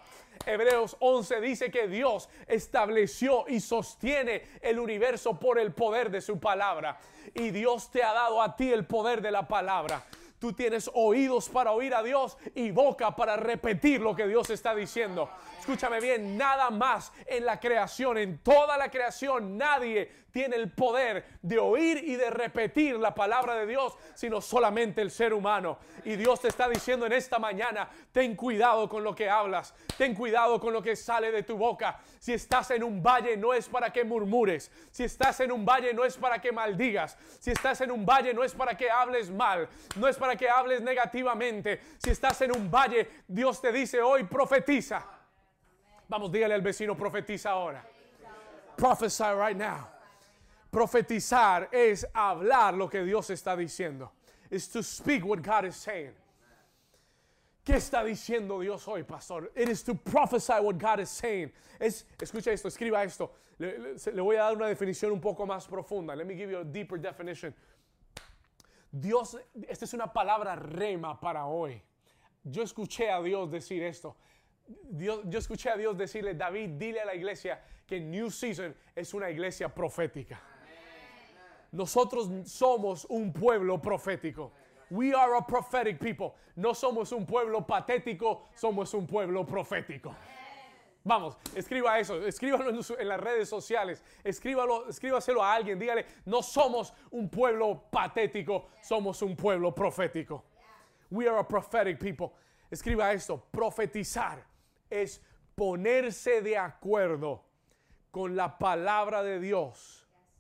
Hebreos 11 dice que Dios estableció y sostiene el universo por el poder de su palabra. Y Dios te ha dado a ti el poder de la palabra. Tú tienes oídos para oír a Dios y boca para repetir lo que Dios está diciendo. Escúchame bien, nada más en la creación, en toda la creación, nadie tiene el poder de oír y de repetir la palabra de Dios, sino solamente el ser humano. Y Dios te está diciendo en esta mañana, ten cuidado con lo que hablas, ten cuidado con lo que sale de tu boca. Si estás en un valle, no es para que murmures. Si estás en un valle, no es para que maldigas. Si estás en un valle, no es para que hables mal, no es para que hables negativamente. Si estás en un valle, Dios te dice hoy, profetiza. Vamos, dígale al vecino, profetiza ahora. Prophesy right now. Profetizar es hablar lo que Dios está diciendo. It's to speak what God is saying. ¿Qué está diciendo Dios hoy, pastor? It is to prophesy what God is saying. Escucha esto, escriba esto. Le voy a dar una definición un poco más profunda. Let me give you a deeper definition. Dios, esta es una palabra rema para hoy. Yo escuché a Dios decir esto. Yo escuché a Dios decirle, David, dile a la iglesia que New Season es una iglesia profética. Nosotros somos un pueblo profético. We are a prophetic people. No somos un pueblo patético, somos un pueblo profético. Vamos, escriba eso, escríbalo en las redes sociales, escríbaselo a alguien, dígale, no somos un pueblo patético, somos un pueblo profético. We are a prophetic people. Escriba esto, profetizar es ponerse de acuerdo con la palabra de Dios.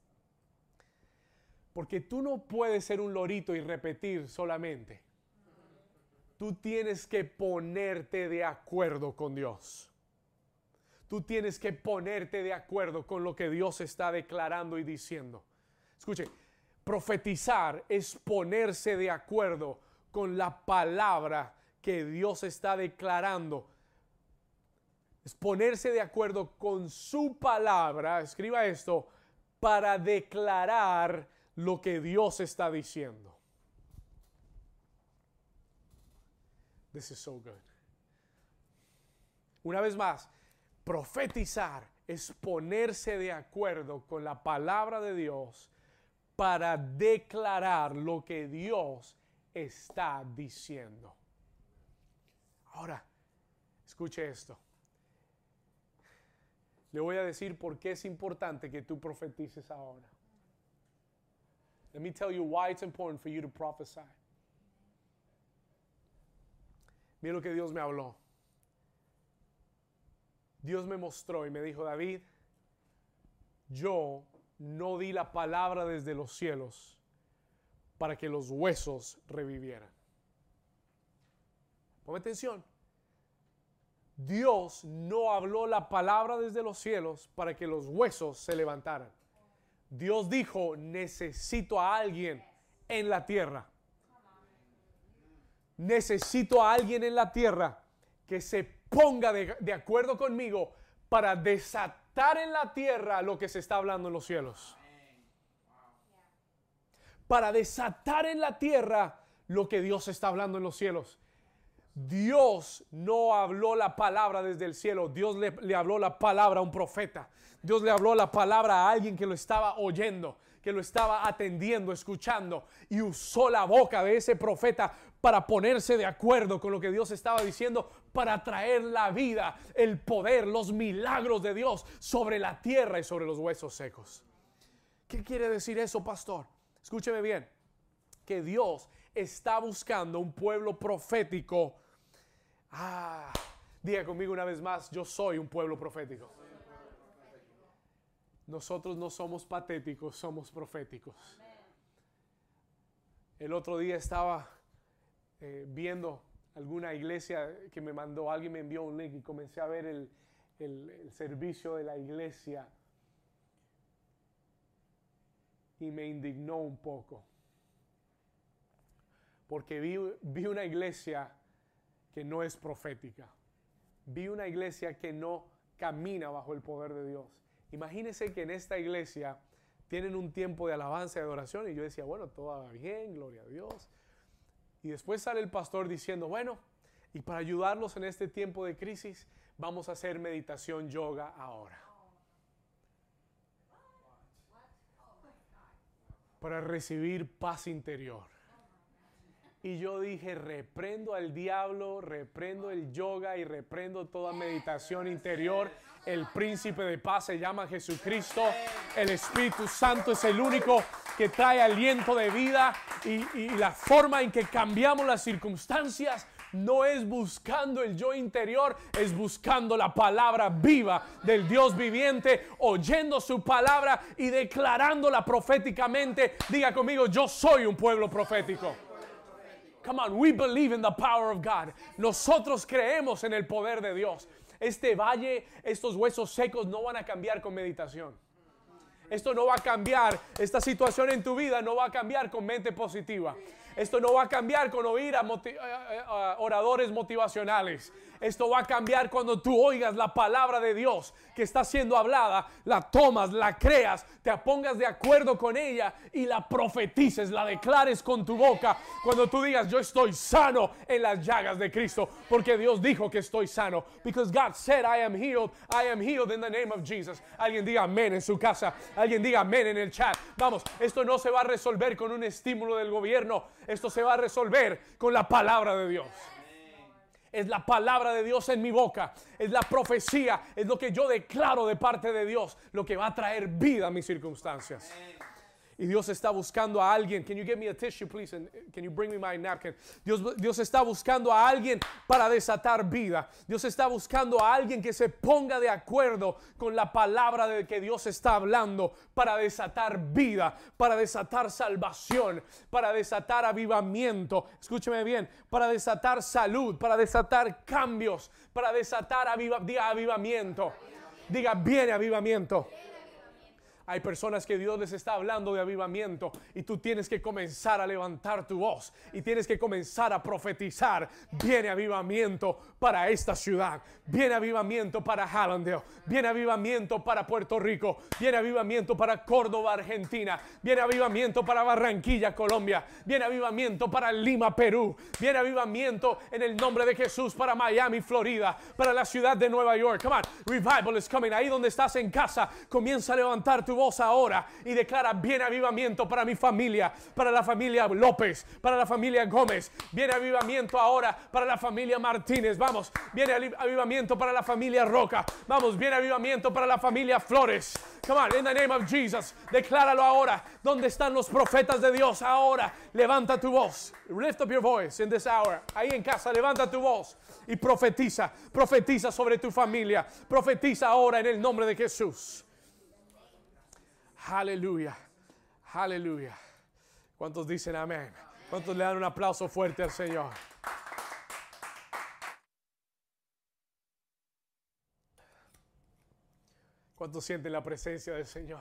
Porque tú no puedes ser un lorito y repetir solamente. Tú tienes que ponerte de acuerdo con Dios. Tú tienes que ponerte de acuerdo con lo que Dios está declarando y diciendo. Escuche, profetizar es ponerse de acuerdo con la palabra que Dios está declarando. Es ponerse de acuerdo con su palabra, escriba esto, para declarar lo que Dios está diciendo. This is so good. Una vez más, profetizar es ponerse de acuerdo con la palabra de Dios para declarar lo que Dios está diciendo. Ahora, escuche esto. Le voy a decir por qué es importante que tú profetices ahora. Let me tell you why it's important for you to prophesy. Mira lo que Dios me habló. Dios me mostró y me dijo, David, yo no di la palabra desde los cielos para que los huesos revivieran. Ponme atención. Dios no habló la palabra desde los cielos para que los huesos se levantaran. Dios dijo, necesito a alguien en la tierra. Necesito a alguien en la tierra que se ponga de acuerdo conmigo para desatar en la tierra lo que se está hablando en los cielos. Para desatar en la tierra lo que Dios está hablando en los cielos. Dios no habló la palabra desde el cielo. Dios le habló la palabra a un profeta. Dios le habló la palabra a alguien que lo estaba oyendo, que lo estaba atendiendo, escuchando, y usó la boca de ese profeta para ponerse de acuerdo con lo que Dios estaba diciendo, para traer la vida, el poder, los milagros de Dios sobre la tierra y sobre los huesos secos. ¿Qué quiere decir eso, pastor? Escúcheme bien, que Dios está buscando un pueblo profético. Diga conmigo una vez más, yo soy un pueblo profético. Nosotros no somos patéticos, somos proféticos. El otro día estaba viendo alguna iglesia que me mandó, alguien me envió un link y comencé a ver el servicio de la iglesia y me indignó un poco. Porque vi una iglesia que no es profética. Vi una iglesia que no camina bajo el poder de Dios. Imagínense que en esta iglesia tienen un tiempo de alabanza y adoración y yo decía, bueno, todo va bien, gloria a Dios. Y después sale el pastor diciendo, bueno, y para ayudarlos en este tiempo de crisis, Vamos a hacer meditación yoga ahora. Para recibir paz interior. Y yo dije, reprendo al diablo, reprendo el yoga y reprendo toda meditación interior. El príncipe de paz se llama Jesucristo. El Espíritu Santo es el único que trae aliento de vida. Y la forma en que cambiamos las circunstancias no es buscando el yo interior, es buscando la palabra viva del Dios viviente, oyendo su palabra y declarándola proféticamente. Diga conmigo, yo soy un pueblo profético. Come on, we believe in the power of God. Nosotros creemos en el poder de Dios. Este valle, estos huesos secos no van a cambiar con meditación. Esto no va a cambiar. Esta situación en tu vida no va a cambiar con mente positiva. Esto no va a cambiar con oír a oradores motivacionales. Esto va a cambiar cuando tú oigas la palabra de Dios que está siendo hablada, la tomas, la creas, te pongas de acuerdo con ella y la profetices, la declares con tu boca. Cuando tú digas, yo estoy sano en las llagas de Cristo, porque Dios dijo que estoy sano. Because God said, I am healed in the name of Jesus. Alguien diga amén en su casa. Alguien diga amén en el chat. Vamos, esto no se va a resolver con un estímulo del gobierno. Esto se va a resolver con la palabra de Dios. Es la palabra de Dios en mi boca. Es la profecía. Es lo que yo declaro de parte de Dios. Lo que va a traer vida a mis circunstancias. Y Dios está buscando a alguien. Can you give me a tissue, please? And can you bring me my napkin? Dios está buscando a alguien para desatar vida. Dios está buscando a alguien que se ponga de acuerdo con la palabra de que Dios está hablando para desatar vida, para desatar salvación, para desatar avivamiento. Escúcheme bien, para desatar salud, para desatar cambios, para desatar avivamiento. Diga, viene avivamiento. Hay personas que Dios les está hablando de avivamiento y tú tienes que comenzar a levantar tu voz y tienes que comenzar a profetizar. Viene avivamiento para esta ciudad. Viene avivamiento para Hallandale. Viene avivamiento para Puerto Rico. Viene avivamiento para Córdoba, Argentina. Viene avivamiento para Barranquilla, Colombia. Viene avivamiento para Lima, Perú. Viene avivamiento en el nombre de Jesús para Miami, Florida. Para la ciudad de Nueva York. Come on, revival is coming. Ahí donde estás en casa, comienza a levantar tu voz ahora y declara: viene avivamiento para mi familia, para la familia López, para la familia Gómez. Viene avivamiento ahora para la familia Martínez. Vamos, viene avivamiento para la familia Roca. Vamos, viene avivamiento para la familia Flores. Come on, in the name of Jesus. Decláralo ahora. ¿Dónde están los profetas de Dios ahora? Levanta tu voz. Lift up your voice in this hour. Ahí en casa, levanta tu voz y profetiza. Profetiza sobre tu familia. Profetiza ahora en el nombre de Jesús. Aleluya, aleluya. ¿Cuántos dicen amén? ¿Cuántos le dan un aplauso fuerte al Señor? ¿Cuántos sienten la presencia del Señor?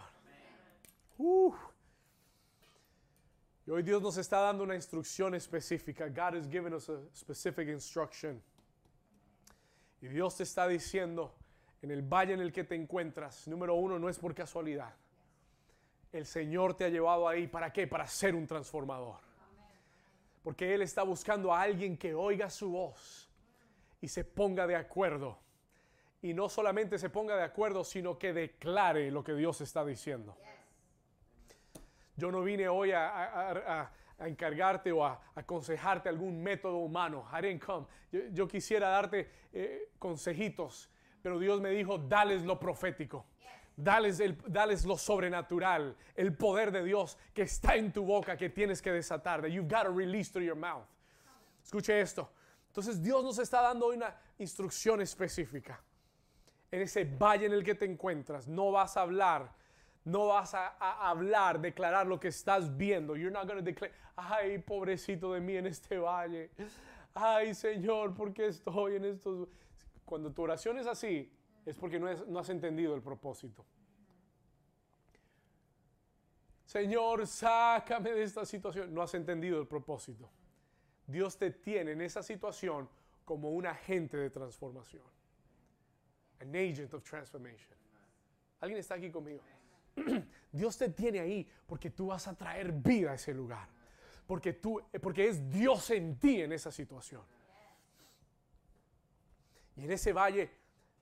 Y hoy Dios nos está dando una instrucción específica. God has given us a specific instruction. Y Dios te está diciendo, en el valle en el que te encuentras, número uno, no es por casualidad. El Señor te ha llevado ahí, ¿para qué? Para ser un transformador. Porque Él está buscando a alguien que oiga su voz y se ponga de acuerdo. Y no solamente se ponga de acuerdo, sino que declare lo que Dios está diciendo. Yo no vine hoy a encargarte o a aconsejarte algún método humano. I didn't come. Yo quisiera darte consejitos, pero Dios me dijo, dales lo profético. Dales lo sobrenatural, el poder de Dios que está en tu boca, que tienes que desatar. That you've got to release through your mouth. Escuche esto. Entonces Dios nos está dando una instrucción específica. En ese valle en el que te encuentras, no vas a hablar, declarar lo que estás viendo. You're not going to declare, ay, pobrecito de mí en este valle. Ay, Señor, ¿por qué estoy en estos? Cuando tu oración es así, es porque no has entendido el propósito. Señor, sácame de esta situación. No has entendido el propósito. Dios te tiene en esa situación como un agente de transformación. An agent of transformation. ¿Alguien está aquí conmigo? Dios te tiene ahí porque tú vas a traer vida a ese lugar. Porque es Dios en ti en esa situación. Y en ese valle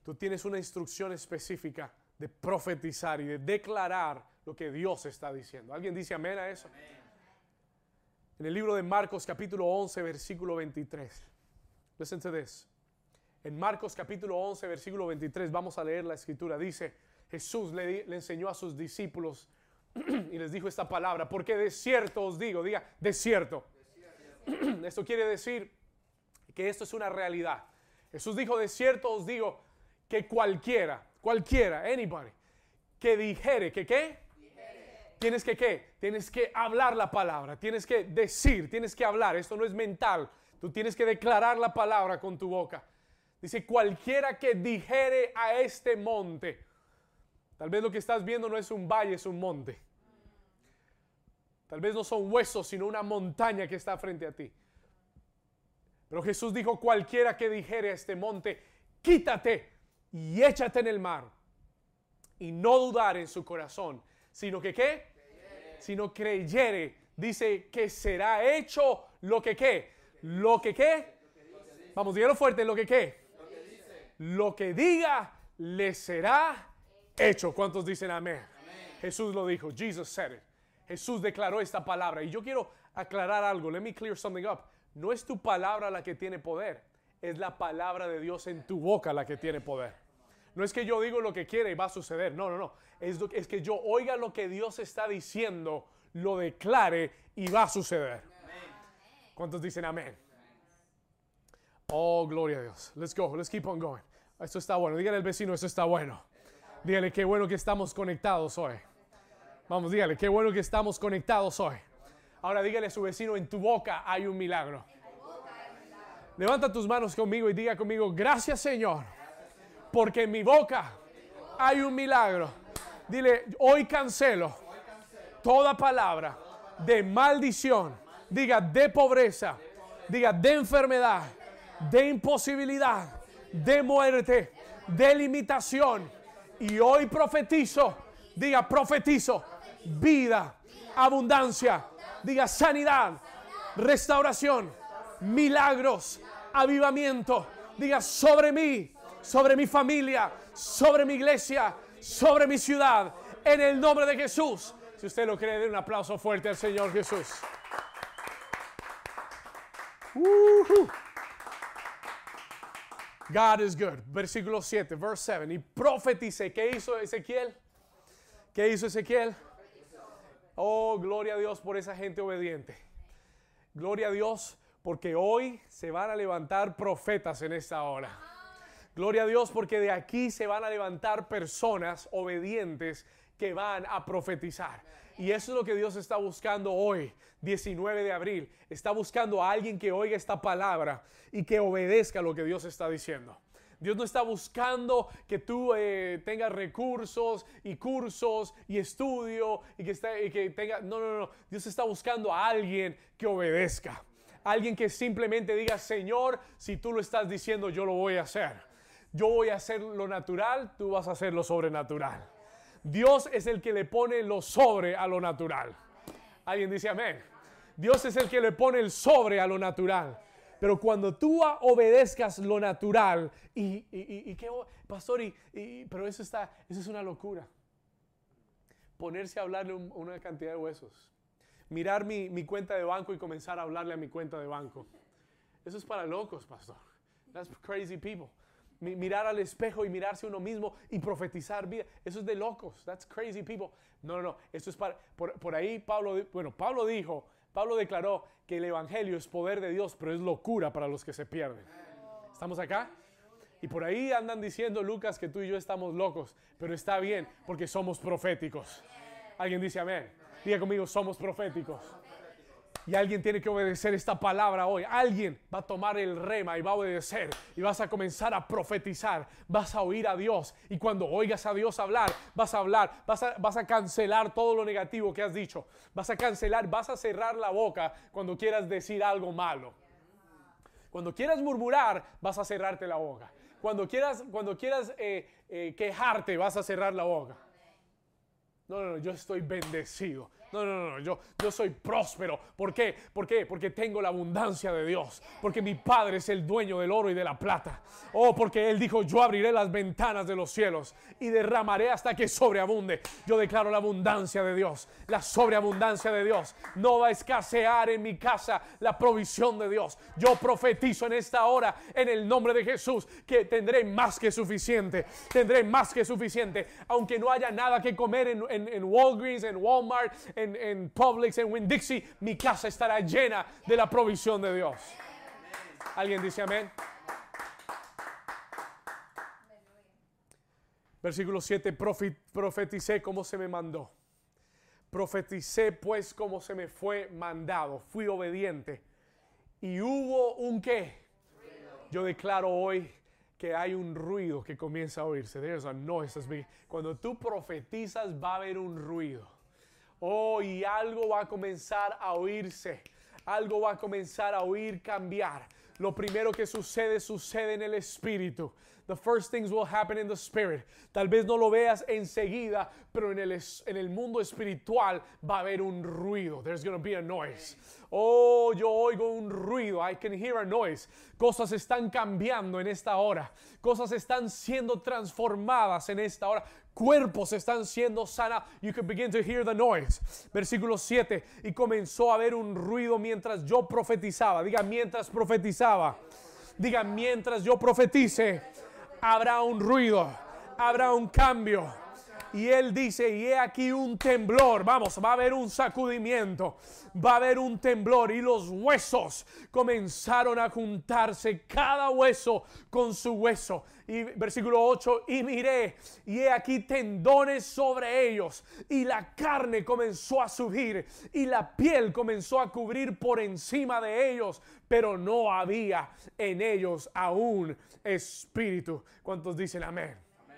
Tú tienes una instrucción específica de profetizar y de declarar lo que Dios está diciendo. ¿Alguien dice amén a eso? Amén. En el libro de Marcos capítulo 11 versículo 23. Listen to this. En Marcos capítulo 11 versículo 23 vamos a leer la escritura. Dice, Jesús le enseñó a sus discípulos y les dijo esta palabra, porque de cierto os digo, diga, de cierto. Esto quiere decir que esto es una realidad. Jesús dijo, de cierto os digo que cualquiera, anybody, que dijere, que ¿qué? Tienes que ¿qué? Tienes que hablar la palabra, tienes que decir, tienes que hablar. Esto no es mental, tú tienes que declarar la palabra con tu boca. Dice, cualquiera que dijere a este monte. Tal vez lo que estás viendo no es un valle, es un monte. Tal vez no son huesos, sino una montaña que está frente a ti. Pero Jesús dijo, cualquiera que dijere a este monte, quítate y échate en el mar. Y no dudar en su corazón, sino que ¿qué? Sino creyere, dice que será hecho lo que ¿qué? Lo que ¿qué? Vamos, dígalo fuerte, lo que ¿qué? Lo que diga le será hecho. ¿Cuántos dicen amén? Jesús lo dijo, Jesus said it. Jesús declaró esta palabra. Y yo quiero aclarar algo. Let me clear something up. No es tu palabra la que tiene poder. Es la palabra de Dios en tu boca la que tiene poder. No es que yo digo lo que quiera y va a suceder. No. Es que yo oiga lo que Dios está diciendo, lo declare y va a suceder. ¿Cuántos dicen amén? Oh, gloria a Dios. Let's go. Let's keep on going. Esto está bueno. Dígale al vecino, esto está bueno. Dígale, qué bueno que estamos conectados hoy. Vamos, dígale, qué bueno que estamos conectados hoy. Ahora dígale a su vecino, en tu boca hay un milagro. Levanta tus manos conmigo y diga conmigo, gracias Señor, porque en mi boca hay un milagro. Dile, hoy cancelo toda palabra de maldición. Diga, de pobreza. Diga, de enfermedad, de imposibilidad, de muerte, de limitación. Y hoy profetizo, diga, profetizo vida, abundancia, diga sanidad, restauración, milagros, avivamiento, diga sobre mí, sobre mi familia, sobre mi iglesia, sobre mi ciudad, en el nombre de Jesús. Si usted lo cree, dé un aplauso fuerte al Señor Jesús. God is good. Versículo 7, verse 7. Y profeticé. ¿Qué hizo Ezequiel? ¿Qué hizo Ezequiel? Oh, gloria a Dios por esa gente obediente. Gloria a Dios porque hoy se van a levantar profetas en esta hora. Gloria a Dios porque de aquí se van a levantar personas obedientes que van a profetizar. Y eso es lo que Dios está buscando hoy, 19 de abril. Está buscando a alguien que oiga esta palabra y que obedezca lo que Dios está diciendo. Dios no está buscando que tú tengas recursos y cursos y estudio y que tenga. No. Dios está buscando a alguien que obedezca. Alguien que simplemente diga, Señor, si tú lo estás diciendo, yo lo voy a hacer. Yo voy a hacer lo natural, tú vas a hacer lo sobrenatural. Dios es el que le pone lo sobre a lo natural. ¿Alguien dice amén? Dios es el que le pone el sobre a lo natural. Pero cuando tú obedezcas lo natural y qué, pastor, pero eso es una locura. Ponerse a hablarle una cantidad de huesos. Mirar mi cuenta de banco y comenzar a hablarle a mi cuenta de banco. Eso es para locos, pastor. That's crazy people. Mirar al espejo y mirarse uno mismo y profetizar vida. Eso es de locos. That's crazy people. No. Esto es para... Por ahí Pablo declaró que el evangelio es poder de Dios, pero es locura para los que se pierden. ¿Estamos acá? Y por ahí andan diciendo, Lucas, que tú y yo estamos locos, pero está bien porque somos proféticos. ¿Alguien dice amén? Diga conmigo, somos proféticos. Y alguien tiene que obedecer esta palabra hoy. Alguien va a tomar el rema y va a obedecer. Y vas a comenzar a profetizar. Vas a oír a Dios. Y cuando oigas a Dios hablar, vas a cancelar todo lo negativo que has dicho. Vas a cancelar, vas a cerrar la boca cuando quieras decir algo malo. Cuando quieras murmurar, vas a cerrarte la boca. Cuando quieras quejarte, vas a cerrar la boca. No, yo estoy bendecido. No. Yo soy próspero. ¿Por qué? Porque tengo la abundancia de Dios. Porque mi Padre es el dueño del oro y de la plata. Porque Él dijo, yo abriré las ventanas de los cielos y derramaré hasta que sobreabunde. Yo declaro la abundancia de Dios, la sobreabundancia de Dios. No va a escasear en mi casa la provisión de Dios. Yo profetizo en esta hora, en el nombre de Jesús, que tendré más que suficiente. Tendré más que suficiente. Aunque no haya nada que comer en Walgreens, en Walmart, en Publix, en Winn-Dixie, mi casa estará llena de la provisión de Dios. ¿Alguien dice amén? Versículo 7, profeticé como se me mandó. Profeticé pues como se me fue mandado. Fui obediente. Y hubo un ¿qué? Yo declaro hoy que hay un ruido que comienza a oírse. There's a noise that's beginning. Cuando tú profetizas va a haber un ruido. Y algo va a comenzar a oírse. Algo va a comenzar a oír cambiar. Lo primero que sucede en el espíritu. The first things will happen in the spirit. Tal vez no lo veas enseguida, pero en el mundo espiritual va a haber un ruido. There's going to be a noise. Yo oigo un ruido. I can hear a noise. Cosas están cambiando en esta hora. Cosas están siendo transformadas en esta hora. Cuerpos están siendo sanados. You can begin to hear the noise. Versículo 7. Y comenzó a haber un ruido mientras yo profetizaba. Diga, mientras profetizaba. Diga, mientras yo profetice, habrá un ruido, habrá un cambio. Y él dice, y he aquí un temblor. Vamos, va a haber un sacudimiento. Va a haber un temblor. Y los huesos comenzaron a juntarse, cada hueso con su hueso. Y versículo 8, y miré, y he aquí tendones sobre ellos. Y la carne comenzó a subir, y la piel comenzó a cubrir por encima de ellos. Pero no había en ellos aún espíritu. ¿Cuántos dicen amén?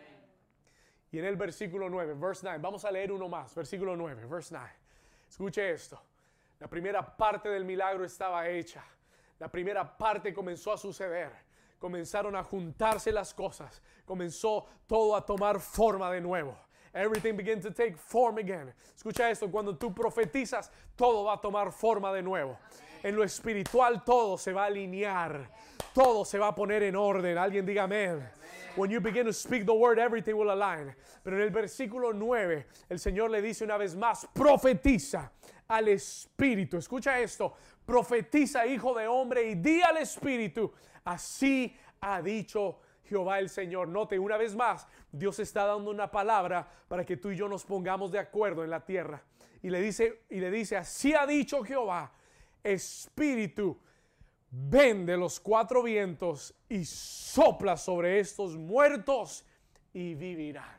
Y en el versículo 9, verse 9, vamos a leer uno más, versículo 9, verse 9. Escuche esto. La primera parte del milagro estaba hecha. La primera parte comenzó a suceder. Comenzaron a juntarse las cosas. Comenzó todo a tomar forma de nuevo. Everything began to take form again. Escucha esto, cuando tú profetizas, todo va a tomar forma de nuevo. En lo espiritual todo se va a alinear. Todo se va a poner en orden. Alguien diga amén. When you begin to speak the word, everything will align. Pero en el versículo 9, el Señor le dice una vez más, profetiza al Espíritu. Escucha esto, profetiza, hijo de hombre, y di al Espíritu, así ha dicho Jehová el Señor. Note una vez más, Dios está dando una palabra para que tú y yo nos pongamos de acuerdo en la tierra. Y le dice, así ha dicho Jehová, Espíritu, ven de los cuatro vientos y sopla sobre estos muertos y vivirán.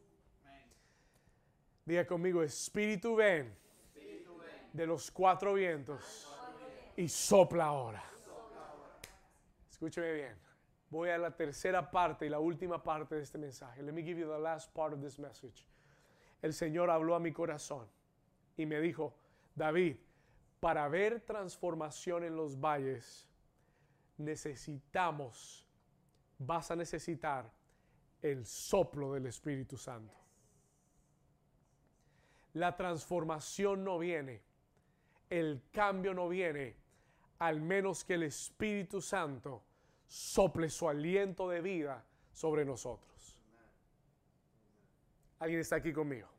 Diga conmigo, Espíritu, ven de los cuatro vientos y sopla ahora. Escúcheme bien. Voy a la tercera parte y la última parte de este mensaje. Let me give you the last part of this message. El Señor habló a mi corazón y me dijo, David, para ver transformación en los valles, vas a necesitar el soplo del Espíritu Santo. La transformación no viene, el cambio no viene, al menos que el Espíritu Santo sople su aliento de vida sobre nosotros. ¿Alguien está aquí conmigo?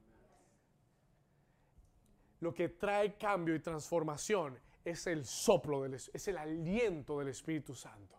Lo que trae cambio y transformación es el soplo, es el aliento del Espíritu Santo.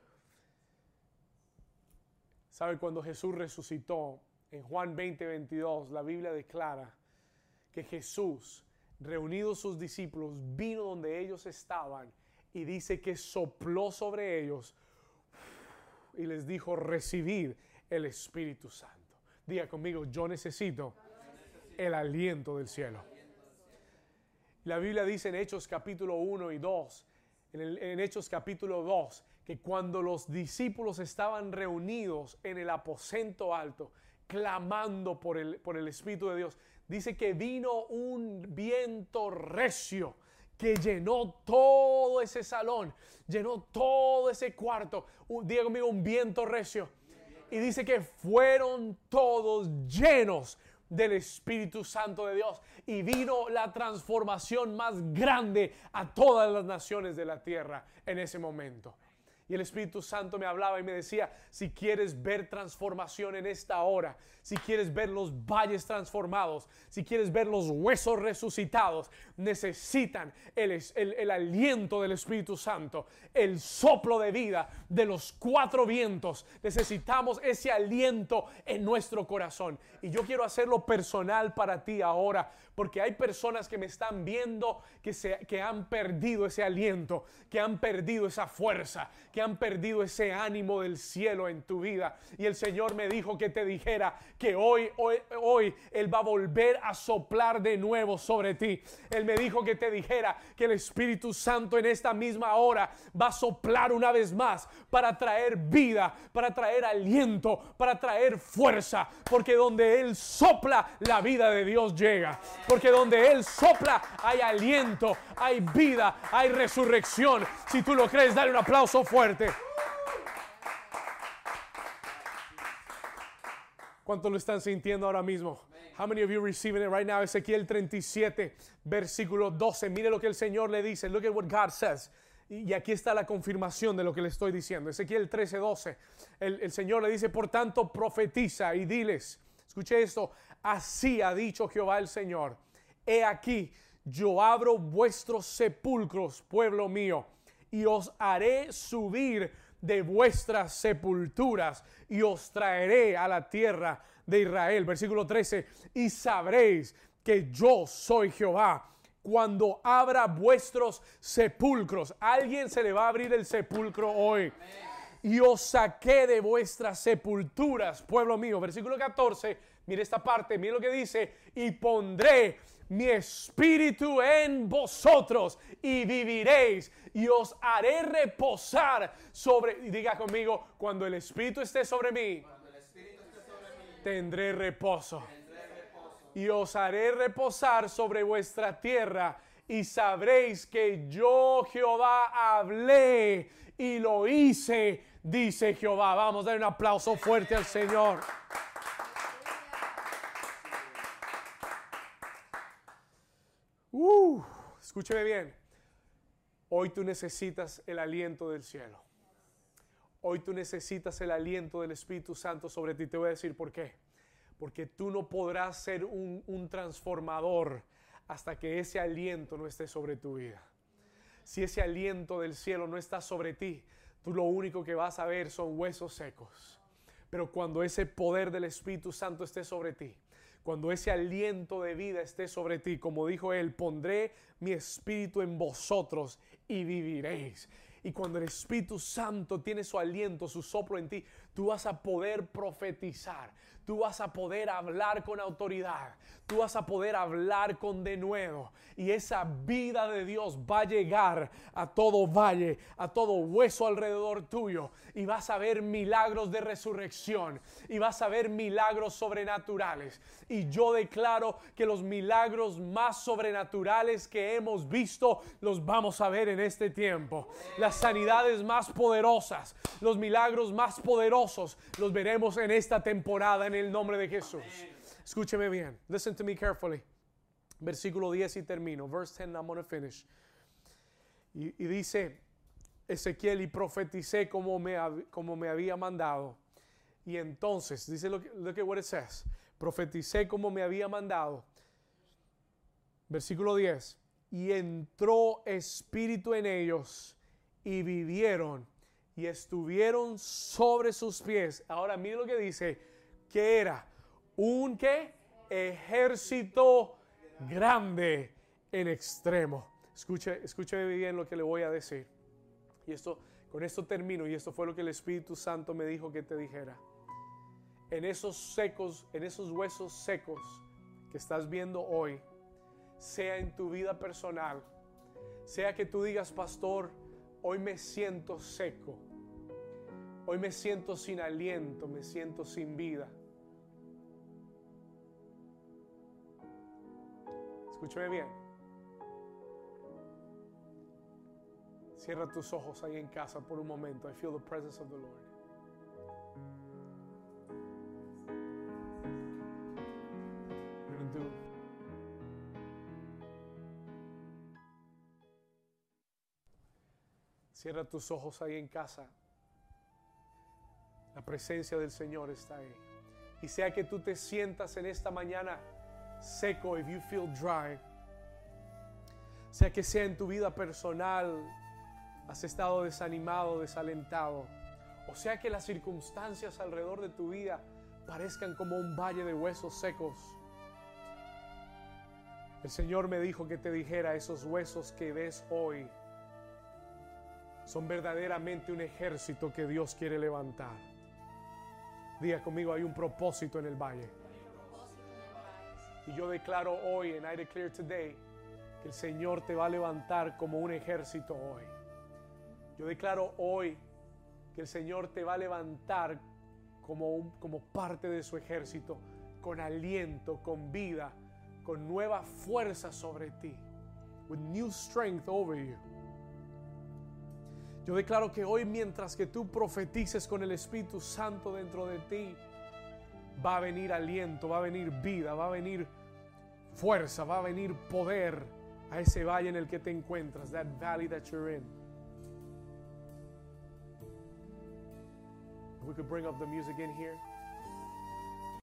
¿Sabe? Cuando Jesús resucitó, en Juan 20:22, la Biblia declara que Jesús, reunidos sus discípulos, vino donde ellos estaban y dice que sopló sobre ellos y les dijo, recibid el Espíritu Santo. Diga conmigo, yo necesito el aliento del cielo. La Biblia dice en Hechos capítulo 1 y 2, en Hechos capítulo 2, que cuando los discípulos estaban reunidos en el aposento alto, clamando por el Espíritu de Dios, dice que vino un viento recio que llenó todo ese salón, llenó todo ese cuarto. Diga conmigo, un viento recio. Y dice que fueron todos llenos del Espíritu Santo de Dios y vino la transformación más grande a todas las naciones de la tierra en ese momento. Y el Espíritu Santo me hablaba y me decía, si quieres ver transformación en esta hora, si quieres ver los valles transformados, si quieres ver los huesos resucitados, necesitan el aliento del Espíritu Santo, el soplo de vida de los cuatro vientos. Necesitamos ese aliento en nuestro corazón. Y yo quiero hacerlo personal para ti ahora, porque hay personas que me están viendo que han perdido ese aliento, que han perdido esa fuerza, que han perdido ese ánimo del cielo en tu vida. Y el Señor me dijo que te dijera que hoy Él va a volver a soplar de nuevo sobre ti. Él me dijo que te dijera que el Espíritu Santo en esta misma hora va a soplar una vez más para traer vida, para traer aliento, para traer fuerza, porque donde Él sopla, la vida de Dios llega. Porque donde Él sopla hay aliento, hay vida, hay resurrección. Si tú lo crees, dale un aplauso fuerte. ¿Cuántos lo están sintiendo ahora mismo? How many of you receiving it right now? Ezequiel 37, versículo 12. Mire lo que el Señor le dice. Look at what God says. Y aquí está la confirmación de lo que le estoy diciendo. Ezequiel 13, 12. El Señor le dice, por tanto, profetiza y diles. Escuche esto. Así ha dicho Jehová el Señor. He aquí, yo abro vuestros sepulcros, pueblo mío, y os haré subir de vuestras sepulturas y os traeré a la tierra de Israel. Versículo 13. Y sabréis que yo soy Jehová cuando abra vuestros sepulcros. ¿A alguien se le va a abrir el sepulcro hoy? Amén. Y os saqué de vuestras sepulturas, pueblo mío. Versículo 14, mire esta parte, mire lo que dice. Y pondré mi espíritu en vosotros y viviréis y os haré reposar sobre, y diga conmigo, cuando el espíritu esté sobre mí, tendré reposo. Y os haré reposar sobre vuestra tierra y sabréis que yo Jehová hablé y lo hice, dice Jehová. Vamos a dar un aplauso fuerte al Señor. Escúcheme bien. Hoy tú necesitas el aliento del cielo. Hoy tú necesitas el aliento del Espíritu Santo sobre ti. Te voy a decir por qué. Porque tú no podrás ser un transformador hasta que ese aliento no esté sobre tu vida. Si ese aliento del cielo no está sobre ti, tú lo único que vas a ver son huesos secos. Pero cuando ese poder del Espíritu Santo esté sobre ti, cuando ese aliento de vida esté sobre ti, como dijo Él, pondré mi espíritu en vosotros y viviréis. Y cuando el Espíritu Santo tiene su aliento, su soplo en ti, tú vas a poder profetizar. Tú vas a poder hablar con autoridad. Tú vas a poder hablar con denuedo. Y esa vida de Dios va a llegar a todo valle, a todo hueso alrededor tuyo. Y vas a ver milagros de resurrección. Y vas a ver milagros sobrenaturales. Y yo declaro que los milagros más sobrenaturales que hemos visto, los vamos a ver en este tiempo. Las sanidades más poderosas, los milagros más poderosos, los veremos en esta temporada en el nombre de Jesús. Escúcheme bien. Listen to me carefully. Versículo 10 y termino. Verse 10, I'm going to finish. Y dice Ezequiel, y profeticé como me había mandado. Y entonces, dice, look at what it says. Profeticé como me había mandado. Versículo 10. Y entró espíritu en ellos y vivieron y estuvieron sobre sus pies. Ahora mire lo que dice, que era un ¿qué? Ejército grande en extremo. Escúcheme bien lo que le voy a decir. Y con esto termino, y esto fue lo que el Espíritu Santo me dijo que te dijera. En esos huesos secos que estás viendo hoy, sea en tu vida personal, sea que tú digas, pastor, hoy me siento seco, hoy me siento sin aliento, me siento sin vida. Escúchame bien. Cierra tus ojos ahí en casa por un momento. I feel the presence of the Lord. Cierra tus ojos ahí en casa. La presencia del Señor está ahí. Y sea que tú te sientas en esta mañana seco, if you feel dry, sea que sea en tu vida personal, has estado desanimado, desalentado, o sea que las circunstancias alrededor de tu vida parezcan como un valle de huesos secos. El Señor me dijo que te dijera: esos huesos que ves hoy son verdaderamente un ejército que Dios quiere levantar. Diga conmigo: hay un propósito en el valle. Y yo declaro hoy, and I declare today, que el Señor te va a levantar como un ejército hoy. Yo declaro hoy que el Señor te va a levantar como parte de su ejército, con aliento, con vida, con nueva fuerza sobre ti, with new strength over you. Yo declaro que hoy, mientras que tú profetices con el Espíritu Santo dentro de ti, va a venir aliento, va a venir vida, va a venir fuerza, va a venir poder a ese valle en el que te encuentras, that valley that you're in. If we could bring up the music in here.